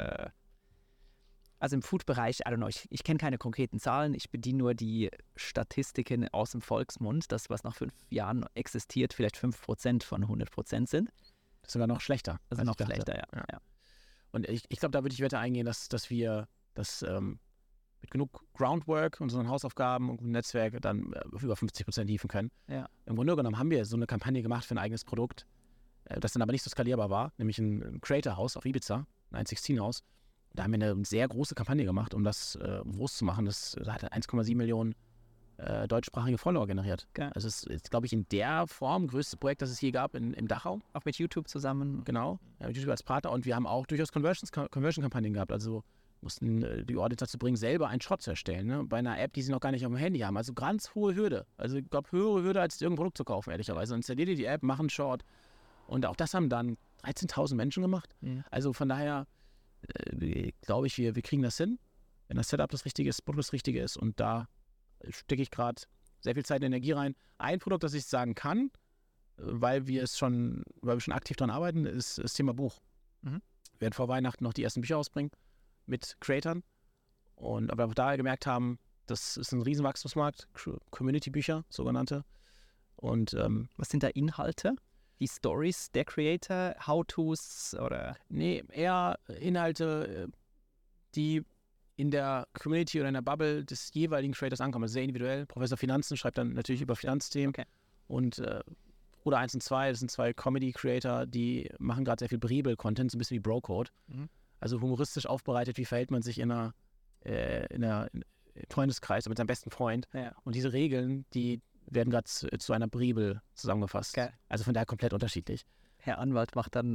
[SPEAKER 3] Also im Food-Bereich, I don't know, ich kenne keine konkreten Zahlen, ich bediene nur die Statistiken aus dem Volksmund, das, was nach 5 Jahren existiert, vielleicht 5% von 100% sind.
[SPEAKER 1] Das ist sogar noch schlechter.
[SPEAKER 3] Das ist noch schlechter, ja.
[SPEAKER 1] Und ich glaube, da würde ich Wette eingehen, dass wir das mit genug Groundwork und unseren Hausaufgaben und gutem Netzwerk dann über 50% liefen können. Ja. Im Grunde genommen haben wir so eine Kampagne gemacht für ein eigenes Produkt, das dann aber nicht so skalierbar war, nämlich ein Creator-Haus auf Ibiza, ein 116-Haus. Da haben wir eine sehr große Kampagne gemacht, um das groß zu machen. Das hat 1,7 Millionen deutschsprachige Follower generiert. Geil. Also es ist, glaube ich, in der Form größte Projekt, das es je gab im Dachraum.
[SPEAKER 3] Auch mit YouTube zusammen.
[SPEAKER 1] Genau, mit YouTube als Partner. Und wir haben auch durchaus Conversion-Kampagnen gehabt. Also mussten die Audits dazu bringen, selber einen Shot zu erstellen. Ne? Bei einer App, die sie noch gar nicht auf dem Handy haben. Also ganz hohe Hürde. Also ich glaube, höhere Hürde, als irgendein Produkt zu kaufen, ehrlicherweise. Und installiert ihr die App, machen einen Shot. Und auch das haben dann 13.000 Menschen gemacht. Mhm. Also von daher glaube ich, wir kriegen das hin, wenn das Setup das Richtige ist, das Produkt das Richtige ist. Und da stecke ich gerade sehr viel Zeit und Energie rein. Ein Produkt, das ich sagen kann, weil wir schon aktiv daran arbeiten, ist das Thema Buch. Wir werden vor Weihnachten noch die ersten Bücher ausbringen mit Creatern. Und aber auch da gemerkt haben, das ist ein Riesenwachstumsmarkt, Community-Bücher, sogenannte. Und
[SPEAKER 3] was sind da Inhalte? Die Stories der Creator, How-Tos oder?
[SPEAKER 1] Nee, eher Inhalte, die in der Community oder in der Bubble des jeweiligen Creators ankommen. Also sehr individuell. Professor Finanzen schreibt dann natürlich über Finanzthemen.
[SPEAKER 3] Okay.
[SPEAKER 1] Und Bruder 1 und 2, das sind 2 Comedy-Creator, die machen gerade sehr viel Briebel-Content, so ein bisschen wie Bro-Code. Also humoristisch aufbereitet, wie verhält man sich in einer Freundeskreis mit seinem besten Freund.
[SPEAKER 3] Ja.
[SPEAKER 1] Und diese Regeln, die werden gerade zu einer Briebel zusammengefasst.
[SPEAKER 3] Geil.
[SPEAKER 1] Also von daher komplett unterschiedlich.
[SPEAKER 3] Herr Anwalt macht dann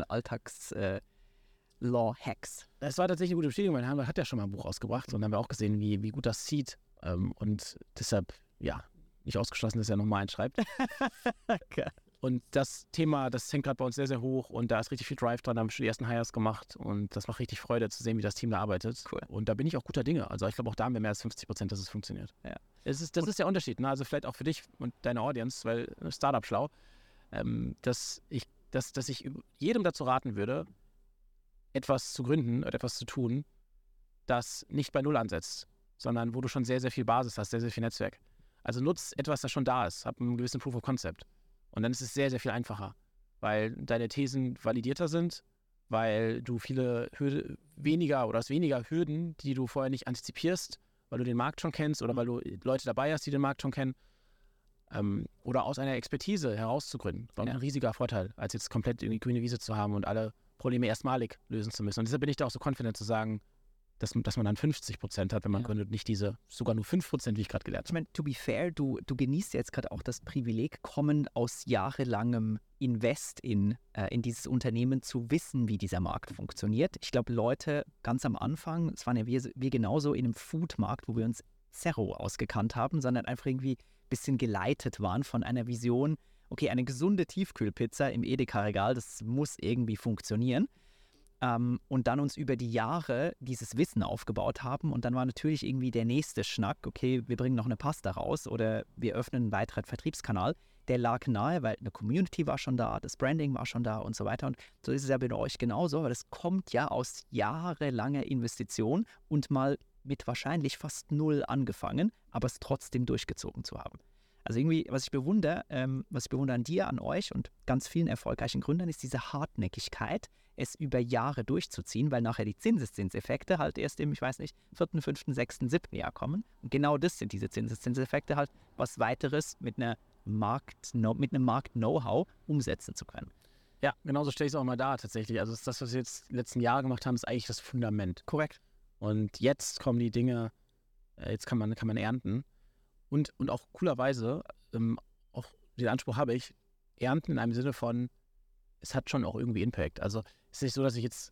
[SPEAKER 3] Alltags-Law-Hacks.
[SPEAKER 1] Das war tatsächlich eine gute Bestätigung, weil Herr Anwalt hat ja schon mal ein Buch rausgebracht und dann haben wir auch gesehen, wie gut das zieht. Und deshalb, ja, nicht ausgeschlossen, dass er nochmal einen schreibt.
[SPEAKER 3] Okay.
[SPEAKER 1] Und das Thema, das hängt gerade bei uns sehr, sehr hoch und da ist richtig viel Drive dran, da haben wir schon die ersten Hires gemacht und das macht richtig Freude zu sehen, wie das Team da arbeitet.
[SPEAKER 3] Cool.
[SPEAKER 1] Und da bin ich auch guter Dinge. Also ich glaube, auch da haben wir mehr als 50%, dass es funktioniert.
[SPEAKER 3] Ja.
[SPEAKER 1] Das ist der Unterschied, ne? Also vielleicht auch für dich und deine Audience, weil Startup schlau, dass ich jedem dazu raten würde, etwas zu gründen oder etwas zu tun, das nicht bei Null ansetzt, sondern wo du schon sehr, sehr viel Basis hast, sehr, sehr viel Netzwerk. Also nutz etwas, das schon da ist, hab einen gewissen Proof of Concept. Und dann ist es sehr, sehr viel einfacher, weil deine Thesen validierter sind, weil du weniger Hürden, die du vorher nicht antizipierst, weil du den Markt schon kennst oder weil du Leute dabei hast, die den Markt schon kennen. Oder aus einer Expertise herauszugründen. War ein riesiger Vorteil, als jetzt komplett in die grüne Wiese zu haben und alle Probleme erstmalig lösen zu müssen. Und deshalb bin ich da auch so confident zu sagen, dass man dann 50% hat, wenn man gründet, nicht sogar nur 5%, wie ich gerade gelernt habe.
[SPEAKER 3] Ich meine, to be fair, du genießt jetzt gerade auch das Privileg, kommend aus jahrelangem Invest in dieses Unternehmen, zu wissen, wie dieser Markt funktioniert. Ich glaube, Leute ganz am Anfang, es waren ja wir genauso in einem Foodmarkt, wo wir uns zero ausgekannt haben, sondern einfach irgendwie ein bisschen geleitet waren von einer Vision, okay, eine gesunde Tiefkühlpizza im Edeka-Regal, das muss irgendwie funktionieren. Und dann uns über die Jahre dieses Wissen aufgebaut haben und dann war natürlich irgendwie der nächste Schnack, okay, wir bringen noch eine Pasta raus oder wir öffnen einen weiteren Vertriebskanal, der lag nahe, weil eine Community war schon da, das Branding war schon da und so weiter und so ist es ja bei euch genauso, weil das kommt ja aus jahrelanger Investition und mal mit wahrscheinlich fast null angefangen, aber es trotzdem durchgezogen zu haben. Also irgendwie, was ich bewundere an dir, an euch und ganz vielen erfolgreichen Gründern, ist diese Hartnäckigkeit, es über Jahre durchzuziehen, weil nachher die Zinseszinseffekte halt erst im, ich weiß nicht, 4., 5., 6., 7. Jahr kommen. Und genau das sind diese Zinseszinseffekte halt, was weiteres mit einem Markt-Know-how umsetzen zu können.
[SPEAKER 1] Ja, genauso stelle ich es auch mal da tatsächlich. Also das, was wir jetzt die letzten Jahre gemacht haben, ist eigentlich das Fundament.
[SPEAKER 3] Korrekt.
[SPEAKER 1] Und jetzt kommen die Dinge, jetzt kann man ernten. Und auch coolerweise, auch den Anspruch habe ich, ernten in einem Sinne von, es hat schon auch irgendwie Impact. Also es ist nicht so, dass ich jetzt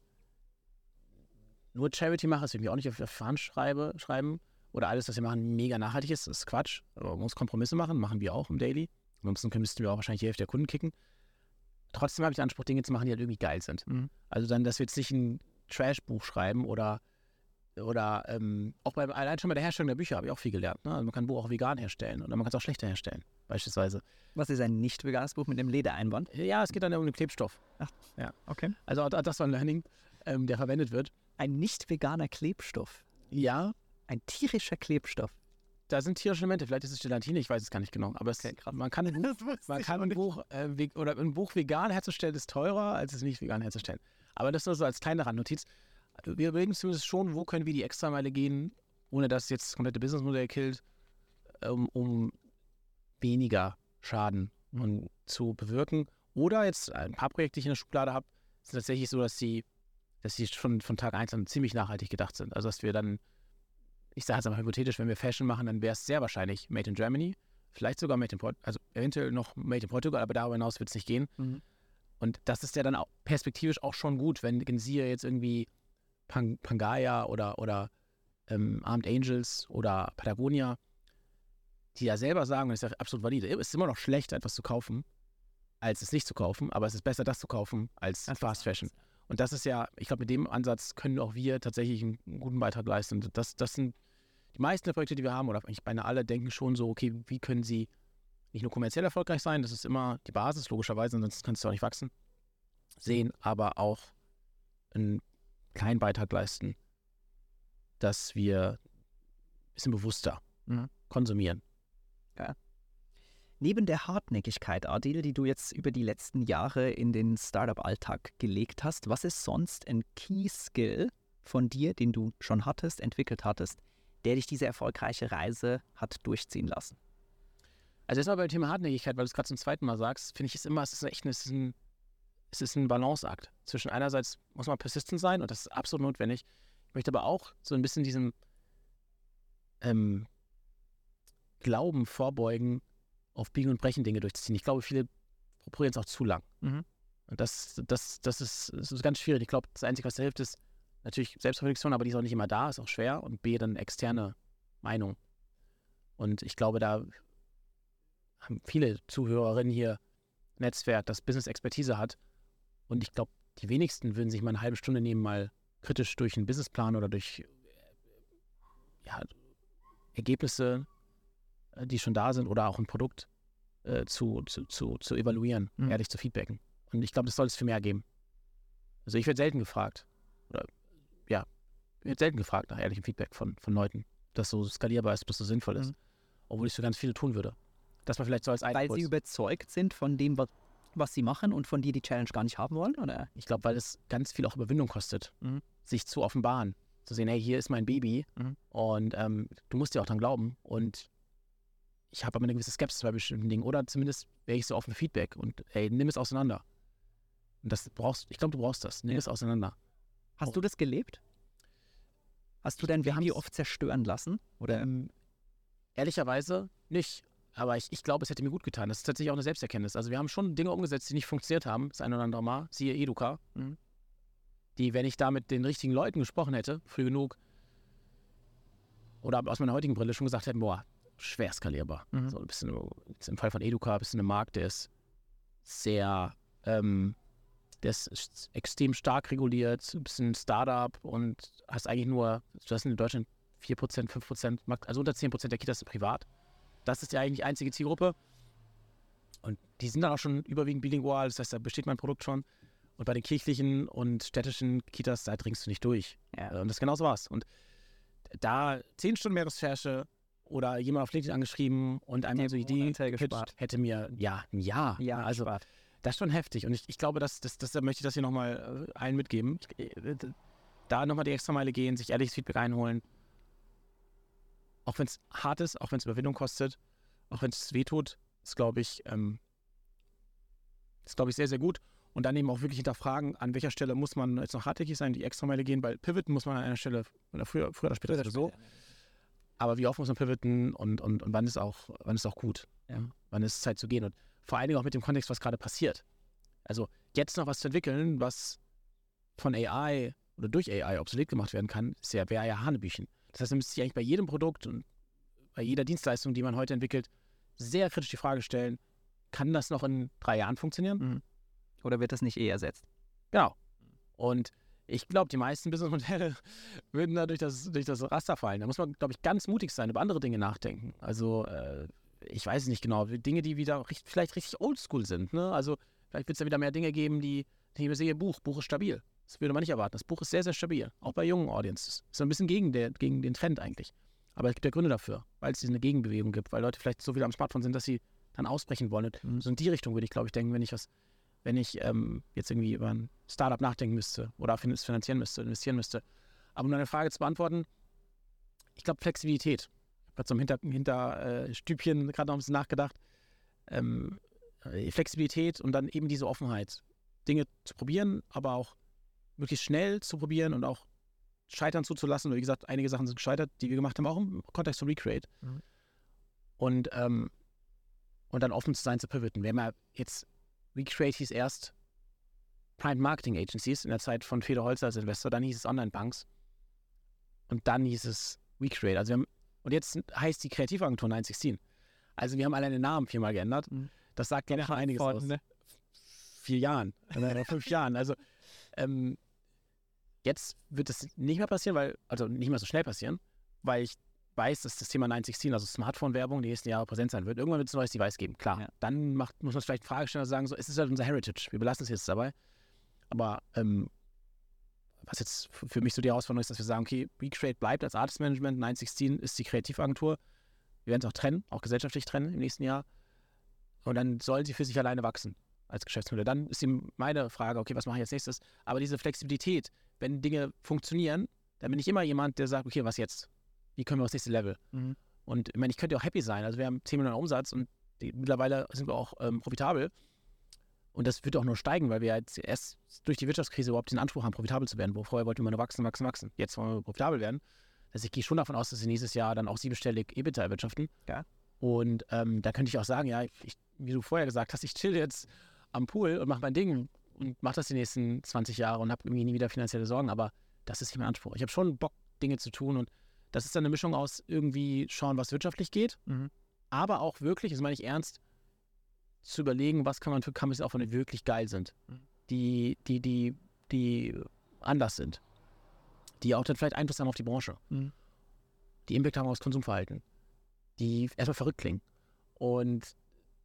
[SPEAKER 1] nur Charity mache, das will ich mir auch nicht auf Fahnen schreiben oder alles, was wir machen, mega nachhaltig ist. Das ist Quatsch. Aber man muss Kompromisse machen wir auch im Daily. Ansonsten müssten wir auch wahrscheinlich die Hälfte der Kunden kicken. Trotzdem habe ich den Anspruch, Dinge zu machen, die halt irgendwie geil sind. Also dann, dass wir jetzt nicht ein Trash-Buch schreiben oder auch allein schon bei der Herstellung der Bücher habe ich auch viel gelernt. Ne? Also man kann ein Buch auch vegan herstellen oder man kann es auch schlechter herstellen, beispielsweise.
[SPEAKER 3] Was ist ein nicht veganes Buch mit einem Ledereinband?
[SPEAKER 1] Ja, es geht dann um den Klebstoff.
[SPEAKER 3] Ach,
[SPEAKER 1] ja.
[SPEAKER 3] Okay.
[SPEAKER 1] Also das war ein Learning, der verwendet wird.
[SPEAKER 3] Ein nicht veganer Klebstoff?
[SPEAKER 1] Ja.
[SPEAKER 3] Ein tierischer Klebstoff?
[SPEAKER 1] Da sind tierische Elemente, vielleicht ist es Gelatine, ich weiß es gar nicht genau. Aber man kann ein Buch vegan herzustellen, ist teurer, als es nicht vegan herzustellen. Aber das nur so als kleine Randnotiz. Wir überlegen uns zumindest schon, wo können wir die Extrameile gehen, ohne dass jetzt das komplette Businessmodell killt, um weniger Schaden zu bewirken. Oder jetzt ein paar Projekte, die ich in der Schublade habe, sind tatsächlich so, dass die schon von Tag 1 an ziemlich nachhaltig gedacht sind. Also dass wir dann, ich sage jetzt einmal hypothetisch, wenn wir Fashion machen, dann wäre es sehr wahrscheinlich Made in Germany, vielleicht sogar Made in Portugal, also eventuell noch Made in Portugal, aber darüber hinaus wird es nicht gehen. Und das ist ja dann auch perspektivisch auch schon gut, wenn siehe jetzt irgendwie Pangaea oder Armed Angels oder Patagonia, die ja selber sagen, und das ist ja absolut valide, es ist immer noch schlechter, etwas zu kaufen, als es nicht zu kaufen, aber es ist besser, das zu kaufen, als Fast Fashion. Und das ist ja, ich glaube, mit dem Ansatz können auch wir tatsächlich einen guten Beitrag leisten. Und das sind die meisten der Projekte, die wir haben, oder eigentlich beinahe alle, denken schon so, okay, wie können sie nicht nur kommerziell erfolgreich sein, das ist immer die Basis, logischerweise, ansonsten kannst du auch nicht wachsen, sehen, aber auch einen kleinen Beitrag leisten, dass wir ein bisschen bewusster konsumieren.
[SPEAKER 3] Ja. Neben der Hartnäckigkeit, Adil, die du jetzt über die letzten Jahre in den Startup-Alltag gelegt hast, was ist sonst ein Key-Skill von dir, den du schon hattest, entwickelt hattest, der dich diese erfolgreiche Reise hat durchziehen lassen?
[SPEAKER 1] Also erstmal beim Thema Hartnäckigkeit, weil du es gerade zum zweiten Mal sagst, finde ich es immer, es ist ein Balanceakt. Zwischen einerseits muss man persistent sein und das ist absolut notwendig. Ich möchte aber auch so ein bisschen diesem Glauben vorbeugen, auf Biegen und Brechen Dinge durchzuziehen. Ich glaube, viele probieren es auch zu lang. Und das ist ganz schwierig. Ich glaube, das Einzige, was da hilft, ist natürlich Selbstreflexion, aber die ist auch nicht immer da, ist auch schwer. Und B, dann externe Meinung. Und ich glaube, da haben viele Zuhörerinnen hier ein Netzwerk, das Business-Expertise hat. Und ich glaube, die wenigsten würden sich mal eine halbe Stunde nehmen, mal kritisch durch einen Businessplan oder durch Ergebnisse, die schon da sind, oder auch ein Produkt zu evaluieren, ehrlich zu feedbacken. Und ich glaube, das soll es viel mehr geben. Also ich werde selten gefragt. Nach ehrlichem Feedback von Leuten, ob das so skalierbar ist, ob das so sinnvoll ist. Obwohl ich es für ganz viele tun würde. Das war vielleicht so als
[SPEAKER 3] Weil sie überzeugt sind von dem, was sie machen und von dir die Challenge gar nicht haben wollen, oder?
[SPEAKER 1] Ich glaube, weil es ganz viel auch Überwindung kostet, sich zu offenbaren. Zu sehen, hey, hier ist mein Baby und du musst dir auch dran glauben. Und ich habe aber eine gewisse Skepsis bei bestimmten Dingen. Oder zumindest wäre ich so offen für Feedback. Und hey, nimm es auseinander. Und ich glaube, du brauchst das. Nimm es auseinander.
[SPEAKER 3] Hast du das gelebt? Hast du dein Baby oft zerstören lassen? Oder?
[SPEAKER 1] Ehrlicherweise nicht. Aber ich glaube, es hätte mir gut getan. Das ist tatsächlich auch eine Selbsterkenntnis. Also wir haben schon Dinge umgesetzt, die nicht funktioniert haben, das ein oder andere Mal. Siehe Educa. Die, wenn ich da mit den richtigen Leuten gesprochen hätte, früh genug, oder aus meiner heutigen Brille schon gesagt hätten, boah, schwer skalierbar. So ein bisschen, im Fall von Educa, ein bisschen ein Markt, der ist sehr, der ist extrem stark reguliert, ein bisschen Startup und hast eigentlich nur, du hast in Deutschland 4%, 5%, also unter 10% der Kitas sind privat. Das ist ja eigentlich die einzige Zielgruppe. Und die sind dann auch schon überwiegend bilingual, das heißt, da besteht mein Produkt schon. Und bei den kirchlichen und städtischen Kitas, da dringst du nicht durch. Ja. Und das genau so war's. Und da 10 Stunden mehr Recherche oder jemand auf LinkedIn angeschrieben und einmal so Idee gespart, hätte mir ein Jahr. Also gespart. Das ist schon heftig. Und ich glaube, das möchte ich das hier nochmal allen mitgeben. Da nochmal die Extrameile gehen, sich ehrliches Feedback einholen. Auch wenn es hart ist, auch wenn es Überwindung kostet, auch wenn es wehtut, ist, glaube ich, sehr, sehr gut. Und dann eben auch wirklich hinterfragen, an welcher Stelle muss man jetzt noch hartnäckig sein, die Extrameile gehen, weil pivoten muss man an einer Stelle, früher oder später sowieso. Aber wie oft muss man pivoten und wann ist auch gut? Ja. Wann ist es Zeit zu gehen? Und vor allen Dingen auch mit dem Kontext, was gerade passiert. Also jetzt noch was zu entwickeln, was von AI oder durch AI obsolet gemacht werden kann, wäre ja Hanebüchen. Das heißt, man müsste sich eigentlich bei jedem Produkt und bei jeder Dienstleistung, die man heute entwickelt, sehr kritisch die Frage stellen, kann das noch in 3 Jahren funktionieren?
[SPEAKER 3] Oder wird das nicht eh ersetzt?
[SPEAKER 1] Genau. Und ich glaube, die meisten Businessmodelle würden da durch das Raster fallen. Da muss man, glaube ich, ganz mutig sein, über andere Dinge nachdenken. Also, ich weiß es nicht genau, Dinge, die wieder vielleicht richtig oldschool sind. Ne? Also, vielleicht wird es ja wieder mehr Dinge geben, die ich sehe, Buch ist stabil. Das würde man nicht erwarten. Das Buch ist sehr, sehr stabil. Auch bei jungen Audiences. Ist so ein bisschen gegen den Trend eigentlich. Aber es gibt ja Gründe dafür, weil es diese Gegenbewegung gibt, weil Leute vielleicht so viel am Smartphone sind, dass sie dann ausbrechen wollen. Und so in die Richtung würde ich, glaube ich, denken, wenn ich jetzt irgendwie über ein Startup nachdenken müsste oder investieren müsste. Aber um deine Frage zu beantworten, ich glaube Flexibilität. Ich habe gerade so im Hinterstübchen gerade noch ein bisschen nachgedacht. Flexibilität und dann eben diese Offenheit, Dinge zu probieren, aber auch möglichst schnell zu probieren und auch Scheitern zuzulassen. Und wie gesagt, einige Sachen sind gescheitert, die wir gemacht haben, auch im Kontext von Recreate. Und dann offen zu sein, zu pivoten. Wir haben ja jetzt Recreate hieß erst Prime Marketing Agencies in der Zeit von Fedor Holzer als Investor, dann hieß es Online-Banks und dann hieß es Recreate. Also und jetzt heißt die Kreativagentur 916. Also wir haben alleine den Namen 4-mal geändert. Das sagt ja schon einiges aus. 4 Jahren, 5 Jahren. Also jetzt wird es nicht mehr passieren, also nicht mehr so schnell passieren, weil ich weiß, dass das Thema 916, also Smartphone-Werbung, die nächsten Jahre präsent sein wird. Irgendwann wird es ein neues Device geben, klar. Ja. Dann muss man vielleicht eine Frage stellen und sagen, so, es ist halt unser Heritage, wir belassen es jetzt dabei. Aber was jetzt für mich so die Herausforderung ist, dass wir sagen, okay, WeCreate bleibt als Artist Management, 916 ist die Kreativagentur. Wir werden es auch trennen, auch gesellschaftlich trennen im nächsten Jahr. Und dann soll sie für sich alleine wachsen als Geschäftsmodell. Dann ist eben meine Frage, okay, was mache ich als nächstes? Aber diese Flexibilität, wenn Dinge funktionieren, dann bin ich immer jemand, der sagt, okay, was jetzt? Wie können wir aufs nächste Level? Mhm. Und ich meine, ich könnte auch happy sein. Also wir haben 10 Millionen Umsatz und mittlerweile sind wir auch profitabel. Und das wird auch nur steigen, weil wir jetzt erst durch die Wirtschaftskrise überhaupt den Anspruch haben, profitabel zu werden. Wo vorher wollten wir nur wachsen. Jetzt wollen wir profitabel werden. Also ich gehe schon davon aus, dass wir nächstes Jahr dann auch 7-stellig EBITDA erwirtschaften. Ja. Und da könnte ich auch sagen, ja, wie du vorher gesagt hast, ich chill jetzt am Pool und mache mein Ding und mache das die nächsten 20 Jahre und habe irgendwie nie wieder finanzielle Sorgen. Aber das ist nicht mein Anspruch. Ich habe schon Bock, Dinge zu tun und das ist dann eine Mischung aus irgendwie schauen, was wirtschaftlich geht, aber auch wirklich, das meine ich ernst, zu überlegen, was kann man für Companies aufbauen, die wirklich geil sind, die anders sind, die auch dann vielleicht Einfluss haben auf die Branche, die Impact haben aufs Konsumverhalten, die erstmal verrückt klingen. Und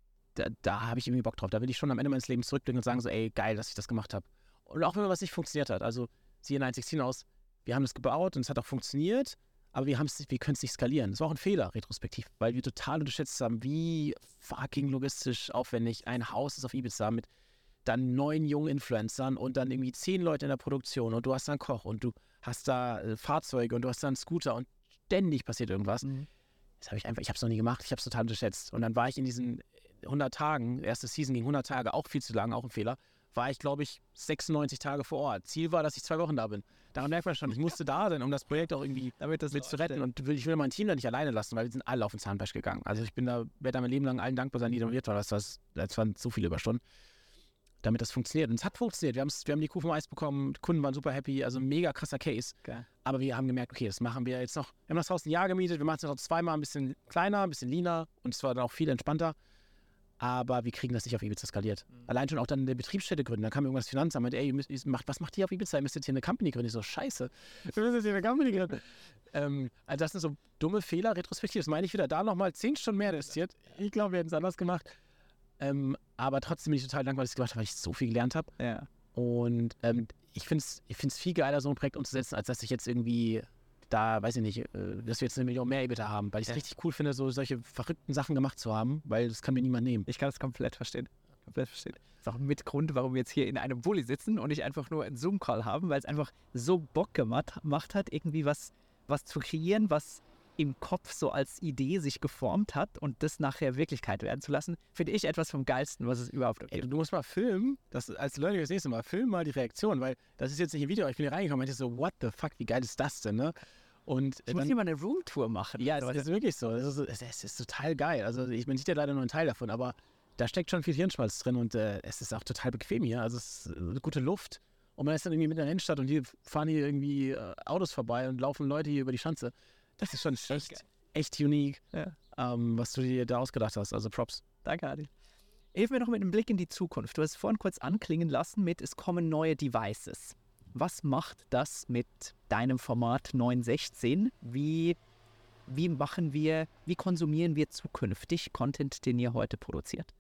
[SPEAKER 1] da habe ich irgendwie Bock drauf. Da will ich schon am Ende meines Lebens zurückblicken und sagen so, ey, geil, dass ich das gemacht habe. Und auch wenn was nicht funktioniert hat, also siehe 916 aus, wir haben das gebaut und es hat auch funktioniert, aber wir können es nicht skalieren. Das war auch ein Fehler, retrospektiv, weil wir total unterschätzt haben, wie fucking logistisch aufwendig ein Haus ist auf Ibiza mit dann 9 jungen Influencern und dann irgendwie 10 Leute in der Produktion und du hast da einen Koch und du hast da Fahrzeuge und du hast da einen Scooter und ständig passiert irgendwas. Das habe ich habe es noch nie gemacht, ich habe es total unterschätzt. Und dann war ich in diesen 100 Tagen, erste Season ging 100 Tage, auch viel zu lang, auch ein Fehler, war ich, glaube ich, 96 Tage vor Ort. Ziel war, dass ich 2 Wochen da bin. Daran merkt man schon, ich musste da sein, um das Projekt auch irgendwie mit zu retten. Und ich will mein Team da nicht alleine lassen, weil wir sind alle auf den Zahnfleisch gegangen. Also ich werde da mein Leben lang allen dankbar sein, die involviert waren. Das waren so viele Überstunden, damit das funktioniert. Und es hat funktioniert. Wir haben die Kuh vom Eis bekommen, die Kunden waren super happy, also mega krasser Case. Okay. Aber wir haben gemerkt, okay, das machen wir jetzt noch. Wir haben das Haus ein Jahr gemietet, wir machen es noch 2-mal ein bisschen kleiner, ein bisschen leaner und es war dann auch viel entspannter. Aber wir kriegen das nicht auf Ibiza skaliert. Allein schon auch dann eine Betriebsstätte gründen. Dann kam irgendwas Finanzamt und ey, was macht ihr auf Ibiza? Ihr müsst jetzt hier eine Company gründen. Ich so, scheiße, wir müssen jetzt hier eine Company gründen. Also das sind so dumme Fehler, retrospektiv. Das meine ich wieder, da nochmal 10 Stunden mehr investiert. Ich glaube, wir hätten es anders gemacht. Aber trotzdem bin ich total dankbar, dass ich es gemacht habe, weil ich so viel gelernt habe. Ja. Und ich finde es viel geiler, so ein Projekt umzusetzen, als dass ich jetzt irgendwie da, weiß ich nicht, dass wir jetzt 1 Million mehr EBITDA haben, weil ich es richtig cool finde, so solche verrückten Sachen gemacht zu haben, weil das kann mir niemand nehmen.
[SPEAKER 3] Ich kann das komplett verstehen. Das ist auch mit Grund, warum wir jetzt hier in einem Bulli sitzen und nicht einfach nur einen Zoom-Call haben, weil es einfach so Bock gemacht hat, irgendwie was zu kreieren, was im Kopf so als Idee sich geformt hat und das nachher Wirklichkeit werden zu lassen, finde ich etwas vom Geilsten, was es überhaupt gibt.
[SPEAKER 1] Ey, du musst mal filmen, das als Learning das nächste Mal, film mal die Reaktion, weil das ist jetzt nicht ein Video, ich bin hier reingekommen und ich so, what the fuck, wie geil ist das denn, ne? Und
[SPEAKER 3] ich muss hier mal eine Roomtour machen.
[SPEAKER 1] Ja, das ist wirklich so. Es ist total geil. Also man sieht ja leider nur einen Teil davon, aber da steckt schon viel Hirnschmalz drin und es ist auch total bequem hier. Also es ist eine gute Luft und man ist dann irgendwie mitten in der Innenstadt und hier fahren hier irgendwie Autos vorbei und laufen Leute hier über die Schanze. Das ist schon echt unique, ja. Was du dir da ausgedacht hast. Also Props.
[SPEAKER 3] Danke, Adi. Hilf mir noch mit einem Blick in die Zukunft. Du hast es vorhin kurz anklingen lassen mit, es kommen neue Devices. Was macht das mit deinem Format 916? Wie konsumieren wir zukünftig Content, den ihr heute produziert?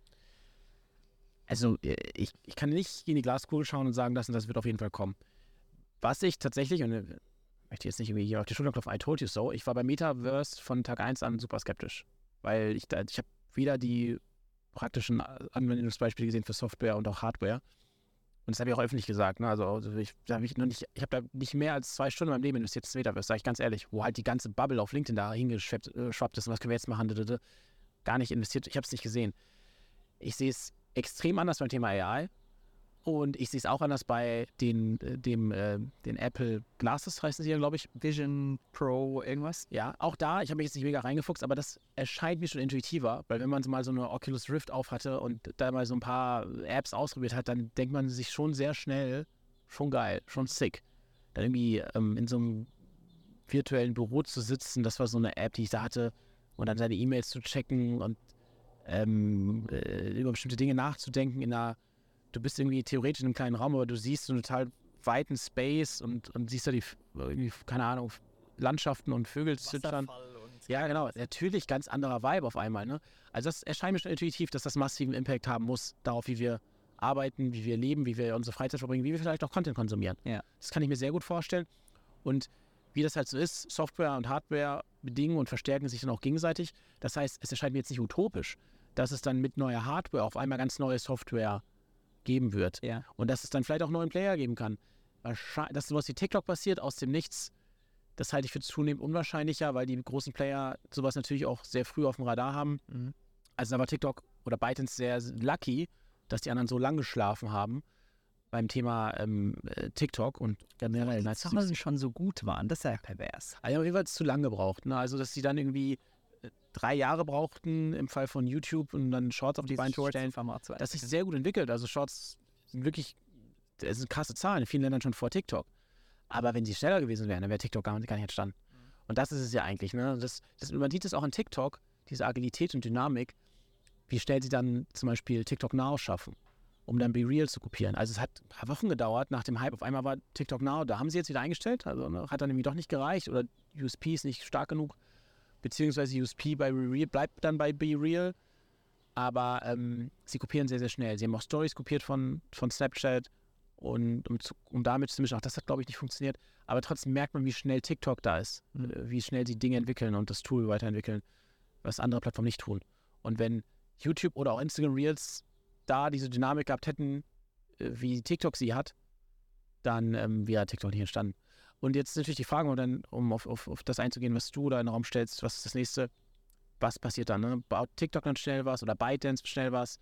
[SPEAKER 1] Also ich kann nicht in die Glaskugel schauen und sagen, das und das wird auf jeden Fall kommen. Was ich tatsächlich, und ich möchte jetzt nicht irgendwie hier auf die Schulter klopfen, I told you so, ich war bei Metaverse von Tag 1 an super skeptisch. Weil ich habe weder die praktischen Anwendungsbeispiele gesehen für Software und auch Hardware. Und das habe ich auch öffentlich gesagt. Ne? Also ich habe da nicht mehr als 2 Stunden in meinem Leben investiert ins Metaverse, sage ich ganz ehrlich, wo halt die ganze Bubble auf LinkedIn da hingeschwappt ist und was können wir jetzt machen, gar nicht investiert. Ich habe es nicht gesehen. Ich sehe es extrem anders beim Thema AI und ich sehe es auch anders bei den Apple Glasses, heißen sie ja, glaube ich.
[SPEAKER 3] Vision Pro irgendwas.
[SPEAKER 1] Ja, auch da, ich habe mich jetzt nicht mega reingefuchst, aber das erscheint mir schon intuitiver, weil wenn man mal so eine Oculus Rift auf hatte und da mal so ein paar Apps ausprobiert hat, dann denkt man sich schon sehr schnell, schon geil, schon sick. Dann irgendwie in so einem virtuellen Büro zu sitzen, das war so eine App, die ich da hatte, und dann seine E-Mails zu checken und über bestimmte Dinge nachzudenken du bist irgendwie theoretisch in einem kleinen Raum, aber du siehst so einen total weiten Space und siehst da die, irgendwie, keine Ahnung, Landschaften und Vögel zwitschern. Ja, genau. Natürlich ganz anderer Vibe auf einmal. Ne? Also das erscheint mir schon intuitiv, dass das massiven Impact haben muss darauf, wie wir arbeiten, wie wir leben, wie wir unsere Freizeit verbringen, wie wir vielleicht auch Content konsumieren.
[SPEAKER 3] Ja.
[SPEAKER 1] Das kann ich mir sehr gut vorstellen. Und wie das halt so ist, Software und Hardware bedingen und verstärken sich dann auch gegenseitig. Das heißt, es erscheint mir jetzt nicht utopisch, dass es dann mit neuer Hardware auf einmal ganz neue Software geben wird.
[SPEAKER 3] Ja.
[SPEAKER 1] Und dass es dann vielleicht auch neuen Player geben kann. Dass sowas wie TikTok passiert aus dem Nichts, das halte ich für zunehmend unwahrscheinlicher, weil die großen Player sowas natürlich auch sehr früh auf dem Radar haben.
[SPEAKER 3] Mhm.
[SPEAKER 1] Also da war TikTok oder ByteDance sehr lucky, dass die anderen so lang geschlafen haben beim Thema TikTok und generell.
[SPEAKER 3] Die Zahlen schon so gut waren, das ist ja pervers.
[SPEAKER 1] Also auf jeden Fall zu lang gebraucht. Ne? Also dass sie dann irgendwie 3 Jahre brauchten im Fall von YouTube und dann Shorts auf die Beine zu stellen. Das sich sehr gut entwickelt. Also Shorts sind wirklich, das sind krasse Zahlen in vielen Ländern schon vor TikTok. Aber wenn sie schneller gewesen wären, dann wäre TikTok gar nicht entstanden. Und das ist es ja eigentlich. Ne? Man sieht es auch in TikTok, diese Agilität und Dynamik, wie schnell sie dann zum Beispiel TikTok Now schaffen, um dann BeReal zu kopieren. Also es hat ein paar Wochen gedauert nach dem Hype. Auf einmal war TikTok Now, da haben sie jetzt wieder eingestellt. Also hat dann irgendwie doch nicht gereicht oder USP ist nicht stark genug. Beziehungsweise USP bei BeReal bleibt dann bei BeReal. Aber sie kopieren sehr, sehr schnell. Sie haben auch Stories kopiert von Snapchat. Und um damit zu mischen, auch das hat, glaube ich, nicht funktioniert. Aber trotzdem merkt man, wie schnell TikTok da ist, wie schnell sie Dinge entwickeln und das Tool weiterentwickeln, was andere Plattformen nicht tun. Und wenn YouTube oder auch Instagram Reels da diese Dynamik gehabt hätten, wie TikTok sie hat, dann wäre TikTok nicht entstanden. Und jetzt natürlich die Frage, um auf das einzugehen, was du da in den Raum stellst, was ist das nächste? Was passiert dann? Ne? Baut TikTok dann schnell was oder ByteDance schnell was?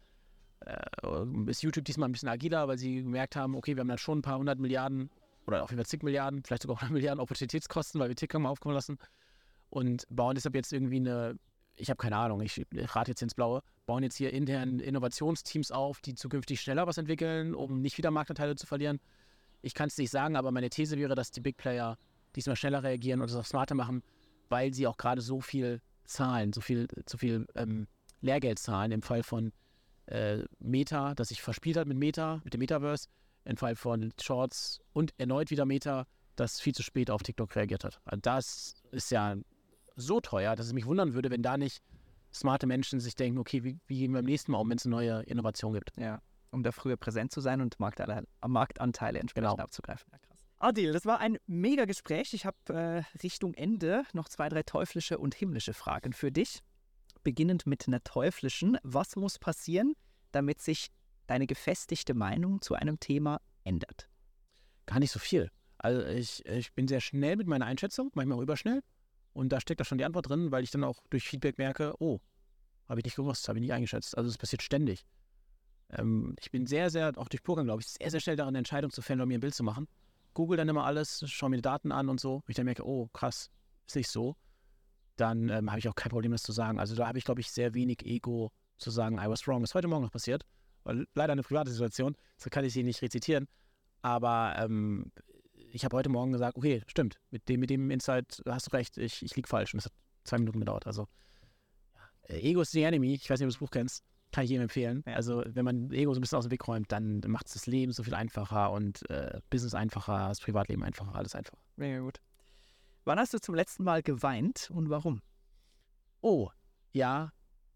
[SPEAKER 1] Ist YouTube diesmal ein bisschen agiler, weil sie gemerkt haben, okay, wir haben dann schon ein paar 100 Milliarden oder auf jeden Fall zig Milliarden, vielleicht sogar 100 Milliarden Opportunitätskosten, weil wir TikTok mal aufkommen lassen und bauen deshalb jetzt irgendwie ich habe keine Ahnung, ich rate jetzt ins Blaue, bauen jetzt hier intern Innovationsteams auf, die zukünftig schneller was entwickeln, um nicht wieder Marktanteile zu verlieren. Ich kann es nicht sagen, aber meine These wäre, dass die Big Player diesmal schneller reagieren und es auch smarter machen, weil sie auch gerade so viel zahlen, so viel Lehrgeld zahlen im Fall von Meta, das sich verspielt hat mit dem Metaverse, im Fall von Shorts und erneut wieder Meta, das viel zu spät auf TikTok reagiert hat. Also das ist ja so teuer, dass es mich wundern würde, wenn da nicht smarte Menschen sich denken, okay, wie gehen wir beim nächsten Mal um, wenn es eine neue Innovation gibt.
[SPEAKER 3] Ja, um da früher präsent zu sein und Marktanteile entsprechend abzugreifen. Ja, krass. Adil, das war ein mega Gespräch. Ich habe Richtung Ende noch 2, 3 teuflische und himmlische Fragen für dich. Beginnend mit einer teuflischen. Was muss passieren, damit sich deine gefestigte Meinung zu einem Thema ändert?
[SPEAKER 1] Gar nicht so viel. Also ich bin sehr schnell mit meiner Einschätzung, manchmal auch überschnell. Und da steckt da schon die Antwort drin, weil ich dann auch durch Feedback merke, oh, habe ich nicht gewusst, habe ich nicht eingeschätzt. Also es passiert ständig. Ich bin sehr, sehr, auch durch Pokern, glaube ich, sehr, sehr schnell daran, eine Entscheidung zu fällen, mir ein Bild zu machen. Google dann immer alles, schaue mir die Daten an und so. Und ich dann merke, oh, krass, ist nicht so. Dann habe ich auch kein Problem, das zu sagen. Also da habe ich, glaube ich, sehr wenig Ego zu sagen, I was wrong. Ist heute Morgen noch passiert. War leider eine private Situation, so kann ich sie nicht rezitieren. Aber ich habe heute Morgen gesagt, okay, stimmt, mit dem Insight hast du recht, ich liege falsch. Und das hat 2 Minuten gedauert. Also Ego is the enemy. Ich weiß nicht, ob du das Buch kennst. Kann ich jedem empfehlen. Ja. Also wenn man Ego so ein bisschen aus dem Weg räumt, dann macht es das Leben so viel einfacher und Business einfacher, das Privatleben einfacher, alles einfacher.
[SPEAKER 3] Mega gut. Wann hast du zum letzten Mal geweint und warum?
[SPEAKER 1] Oh, ja,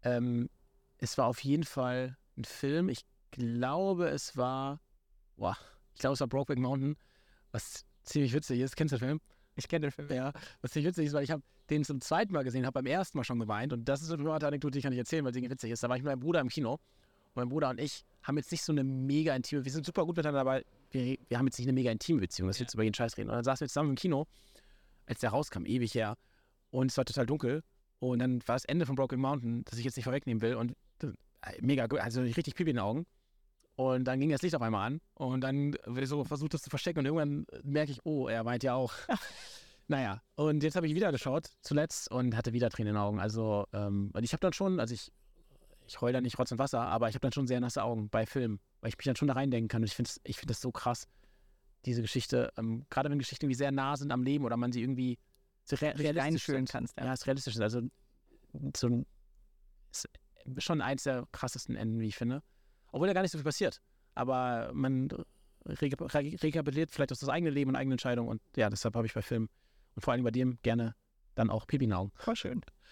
[SPEAKER 1] es war auf jeden Fall ein Film. Ich glaube, es war Brokeback Mountain, was ziemlich witzig ist. Kennst du den Film?
[SPEAKER 3] Ich kenne den Film.
[SPEAKER 1] Ja, was ziemlich witzig ist, weil ich habe den zum zweiten Mal gesehen, habe beim ersten Mal schon geweint und das ist eine private Anekdote, die kann ich erzählen, weil sie witzig ist. Da war ich mit meinem Bruder im Kino und mein Bruder und ich haben jetzt nicht so eine mega intime, wir sind super gut miteinander, aber wir haben jetzt nicht eine mega intime Beziehung, dass wir jetzt über jeden Scheiß reden. Und dann saßen wir zusammen im Kino, als der rauskam, ewig her, und es war total dunkel und dann war das Ende von Brokeback Mountain, das ich jetzt nicht vorwegnehmen will und mega gut, also richtig Pipi in den Augen. Und dann ging das Licht auf einmal an und dann so versucht, das zu verstecken und irgendwann merke ich, oh, er weint ja auch. Naja, und jetzt habe ich wieder geschaut, zuletzt, und hatte wieder Tränen in den Augen. Also, und ich habe dann schon, also ich heule da nicht Rotz und Wasser, aber ich habe dann schon sehr nasse Augen bei Filmen, weil ich mich dann schon da reindenken kann. Und ich finde das so krass, diese Geschichte, gerade wenn Geschichten irgendwie sehr nah sind am Leben oder man sie irgendwie so realistisch
[SPEAKER 3] fühlen kannst.
[SPEAKER 1] Ja, es realistisch ist. Also, ist schon eins der krassesten Enden, wie ich finde. Obwohl da gar nicht so viel passiert. Aber man rekapituliert vielleicht auch das eigene Leben und eigene Entscheidungen. Und ja, deshalb habe ich bei Filmen und vor allem bei dem gerne dann auch Pipi in den Augen.
[SPEAKER 3] Voll schön.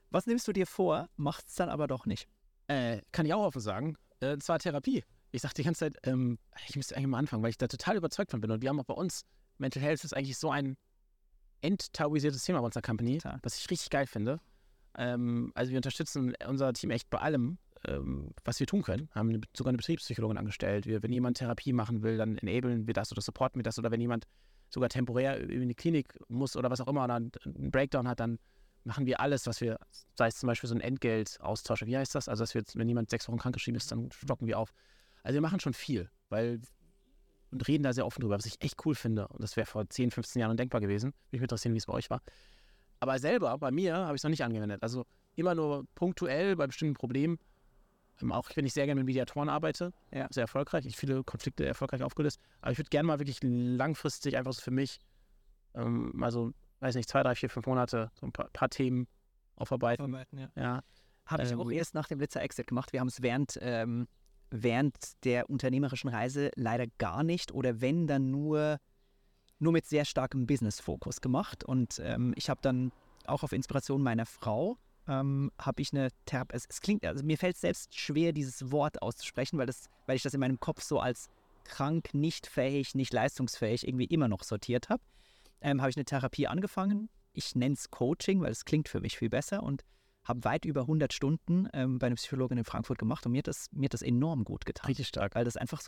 [SPEAKER 3] Was nimmst du dir vor, macht's dann aber doch nicht?
[SPEAKER 1] Kann ich auch offen sagen. Zwar Therapie. Ich sage die ganze Zeit, ich müsste eigentlich mal anfangen, weil ich da total überzeugt von bin. Und wir haben auch bei uns, Mental Health ist eigentlich so ein enttabuisiertes Thema bei unserer Company, was ich richtig geil finde. Also wir unterstützen unser Team echt bei allem, was wir tun können. Haben sogar eine Betriebspsychologin angestellt. Wenn jemand Therapie machen will, dann enablen wir das oder supporten wir das. Oder wenn jemand sogar temporär in die Klinik muss oder was auch immer oder einen Breakdown hat, dann machen wir alles, was wir, sei es zum Beispiel so ein Entgeltaustausch, wie heißt das? Also dass wir jetzt, wenn jemand 6 Wochen krankgeschrieben ist, dann stocken wir auf. Also wir machen schon viel, und reden da sehr offen drüber, was ich echt cool finde. Und das wäre vor 10, 15 Jahren undenkbar gewesen. Würde mich interessieren, wie es bei euch war. Aber selber, bei mir, habe ich es noch nicht angewendet. Also immer nur punktuell bei bestimmten Problemen. Auch wenn ich sehr gerne mit Mediatoren arbeite, sehr erfolgreich. Ich viele Konflikte erfolgreich aufgelöst. Aber ich würde gerne mal wirklich langfristig einfach so für mich mal so, weiß nicht, 2, 3, 4, 5 Monate so ein paar Themen aufarbeiten. Ja.
[SPEAKER 3] Habe ich auch erst nach dem Blitzer Exit gemacht. Wir haben es während der unternehmerischen Reise leider gar nicht oder wenn, dann nur mit sehr starkem Business-Fokus gemacht. Und ich habe dann auch auf Inspiration meiner Frau habe ich eine Therapie. Es klingt, also mir fällt es selbst schwer, dieses Wort auszusprechen, weil ich das in meinem Kopf so als krank, nicht fähig, nicht leistungsfähig irgendwie immer noch sortiert habe. Habe ich eine Therapie angefangen. Ich nenne es Coaching, weil es klingt für mich viel besser und habe weit über 100 Stunden bei einer Psychologin in Frankfurt gemacht und mir hat das enorm gut getan.
[SPEAKER 1] Richtig stark.
[SPEAKER 3] Weil das einfach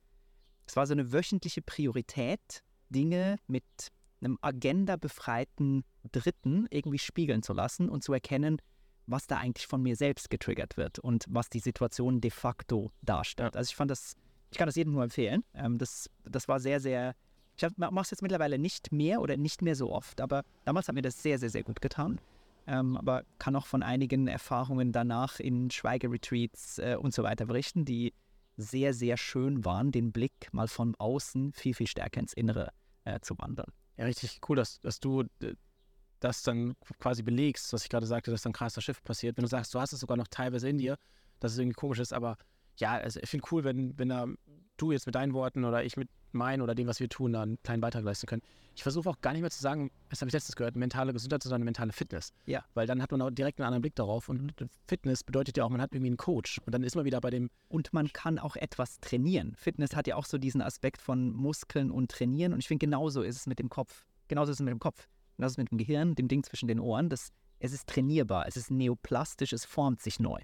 [SPEAKER 3] es war so eine wöchentliche Priorität, Dinge mit einem agendabefreiten Dritten irgendwie spiegeln zu lassen und zu erkennen, was da eigentlich von mir selbst getriggert wird und was die Situation de facto darstellt. Also ich kann das jedem nur empfehlen. Das war sehr, sehr, ich mache es jetzt mittlerweile nicht mehr oder nicht mehr so oft, aber damals hat mir das sehr, sehr, sehr gut getan. Aber kann auch von einigen Erfahrungen danach in Schweigeretreats und so weiter berichten, die sehr, sehr schön waren, den Blick mal von außen viel, viel stärker ins Innere zu wandern.
[SPEAKER 1] Ja, richtig cool, dass du das dann quasi belegst, was ich gerade sagte, dass dann krasser Schiff passiert. Wenn du sagst, du hast es sogar noch teilweise in dir, dass es irgendwie komisch ist, aber ja, also ich finde cool, wenn da du jetzt mit deinen Worten oder ich mit meinen oder dem, was wir tun, da einen kleinen Beitrag leisten können. Ich versuche auch gar nicht mehr zu sagen, das habe ich letztens gehört, mentale Gesundheit, sondern mentale Fitness.
[SPEAKER 3] Ja.
[SPEAKER 1] Weil dann hat man auch direkt einen anderen Blick darauf und Fitness bedeutet ja auch, man hat irgendwie einen Coach und dann ist man wieder bei dem...
[SPEAKER 3] Und man kann auch etwas trainieren. Fitness hat ja auch so diesen Aspekt von Muskeln und Trainieren und ich finde, genauso ist es mit dem Kopf. Genauso ist es mit dem Kopf. Genauso ist es mit dem Gehirn, dem Ding zwischen den Ohren. Es ist trainierbar, es ist neoplastisch, es formt sich neu.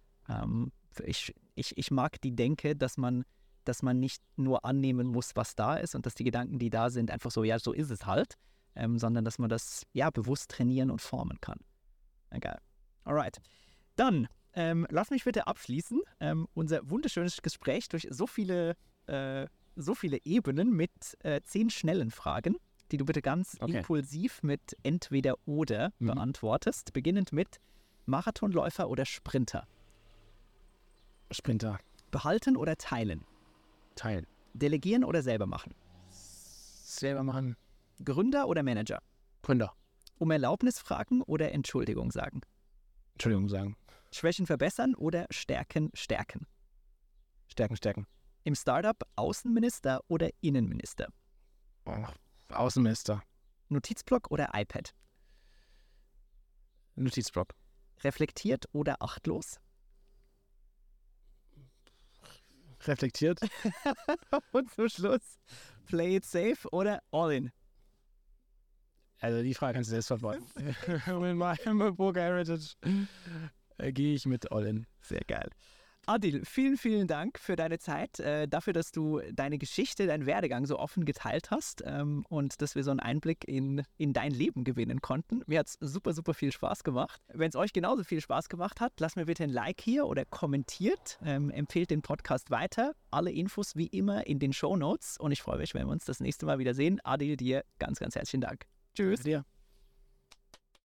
[SPEAKER 3] Ich mag die Denke, dass man nicht nur annehmen muss, was da ist und dass die Gedanken, die da sind, einfach so, ja, so ist es halt, sondern dass man das ja bewusst trainieren und formen kann. Geil. Alright. Dann lass mich bitte abschließen. Unser wunderschönes Gespräch durch so viele Ebenen mit 10 schnellen Fragen, die du bitte ganz impulsiv mit entweder oder beantwortest, beginnend mit Marathonläufer oder Sprinter?
[SPEAKER 1] Sprinter.
[SPEAKER 3] Behalten oder teilen?
[SPEAKER 1] Teilen.
[SPEAKER 3] Delegieren oder selber machen?
[SPEAKER 1] Selber machen.
[SPEAKER 3] Gründer oder Manager?
[SPEAKER 1] Gründer.
[SPEAKER 3] Um Erlaubnis fragen oder Entschuldigung sagen?
[SPEAKER 1] Entschuldigung sagen.
[SPEAKER 3] Schwächen verbessern oder Stärken stärken?
[SPEAKER 1] Stärken.
[SPEAKER 3] Im Startup Außenminister oder Innenminister?
[SPEAKER 1] Außenminister.
[SPEAKER 3] Notizblock oder iPad?
[SPEAKER 1] Notizblock.
[SPEAKER 3] Reflektiert oder achtlos?
[SPEAKER 1] Reflektiert.
[SPEAKER 3] Und zum Schluss, play it safe oder all in?
[SPEAKER 1] Also die Frage kannst du selbst beantworten. Mit meinem Poker Heritage gehe ich mit all in.
[SPEAKER 3] Sehr geil. Adil, vielen, vielen Dank für deine Zeit, dafür, dass du deine Geschichte, deinen Werdegang so offen geteilt hast und dass wir so einen Einblick in dein Leben gewinnen konnten. Mir hat es super, super viel Spaß gemacht. Wenn es euch genauso viel Spaß gemacht hat, lasst mir bitte ein Like hier oder kommentiert, empfehlt den Podcast weiter. Alle Infos wie immer in den Shownotes und ich freue mich, wenn wir uns das nächste Mal wieder sehen. Adil, dir ganz, ganz herzlichen Dank. Tschüss.
[SPEAKER 1] Dir.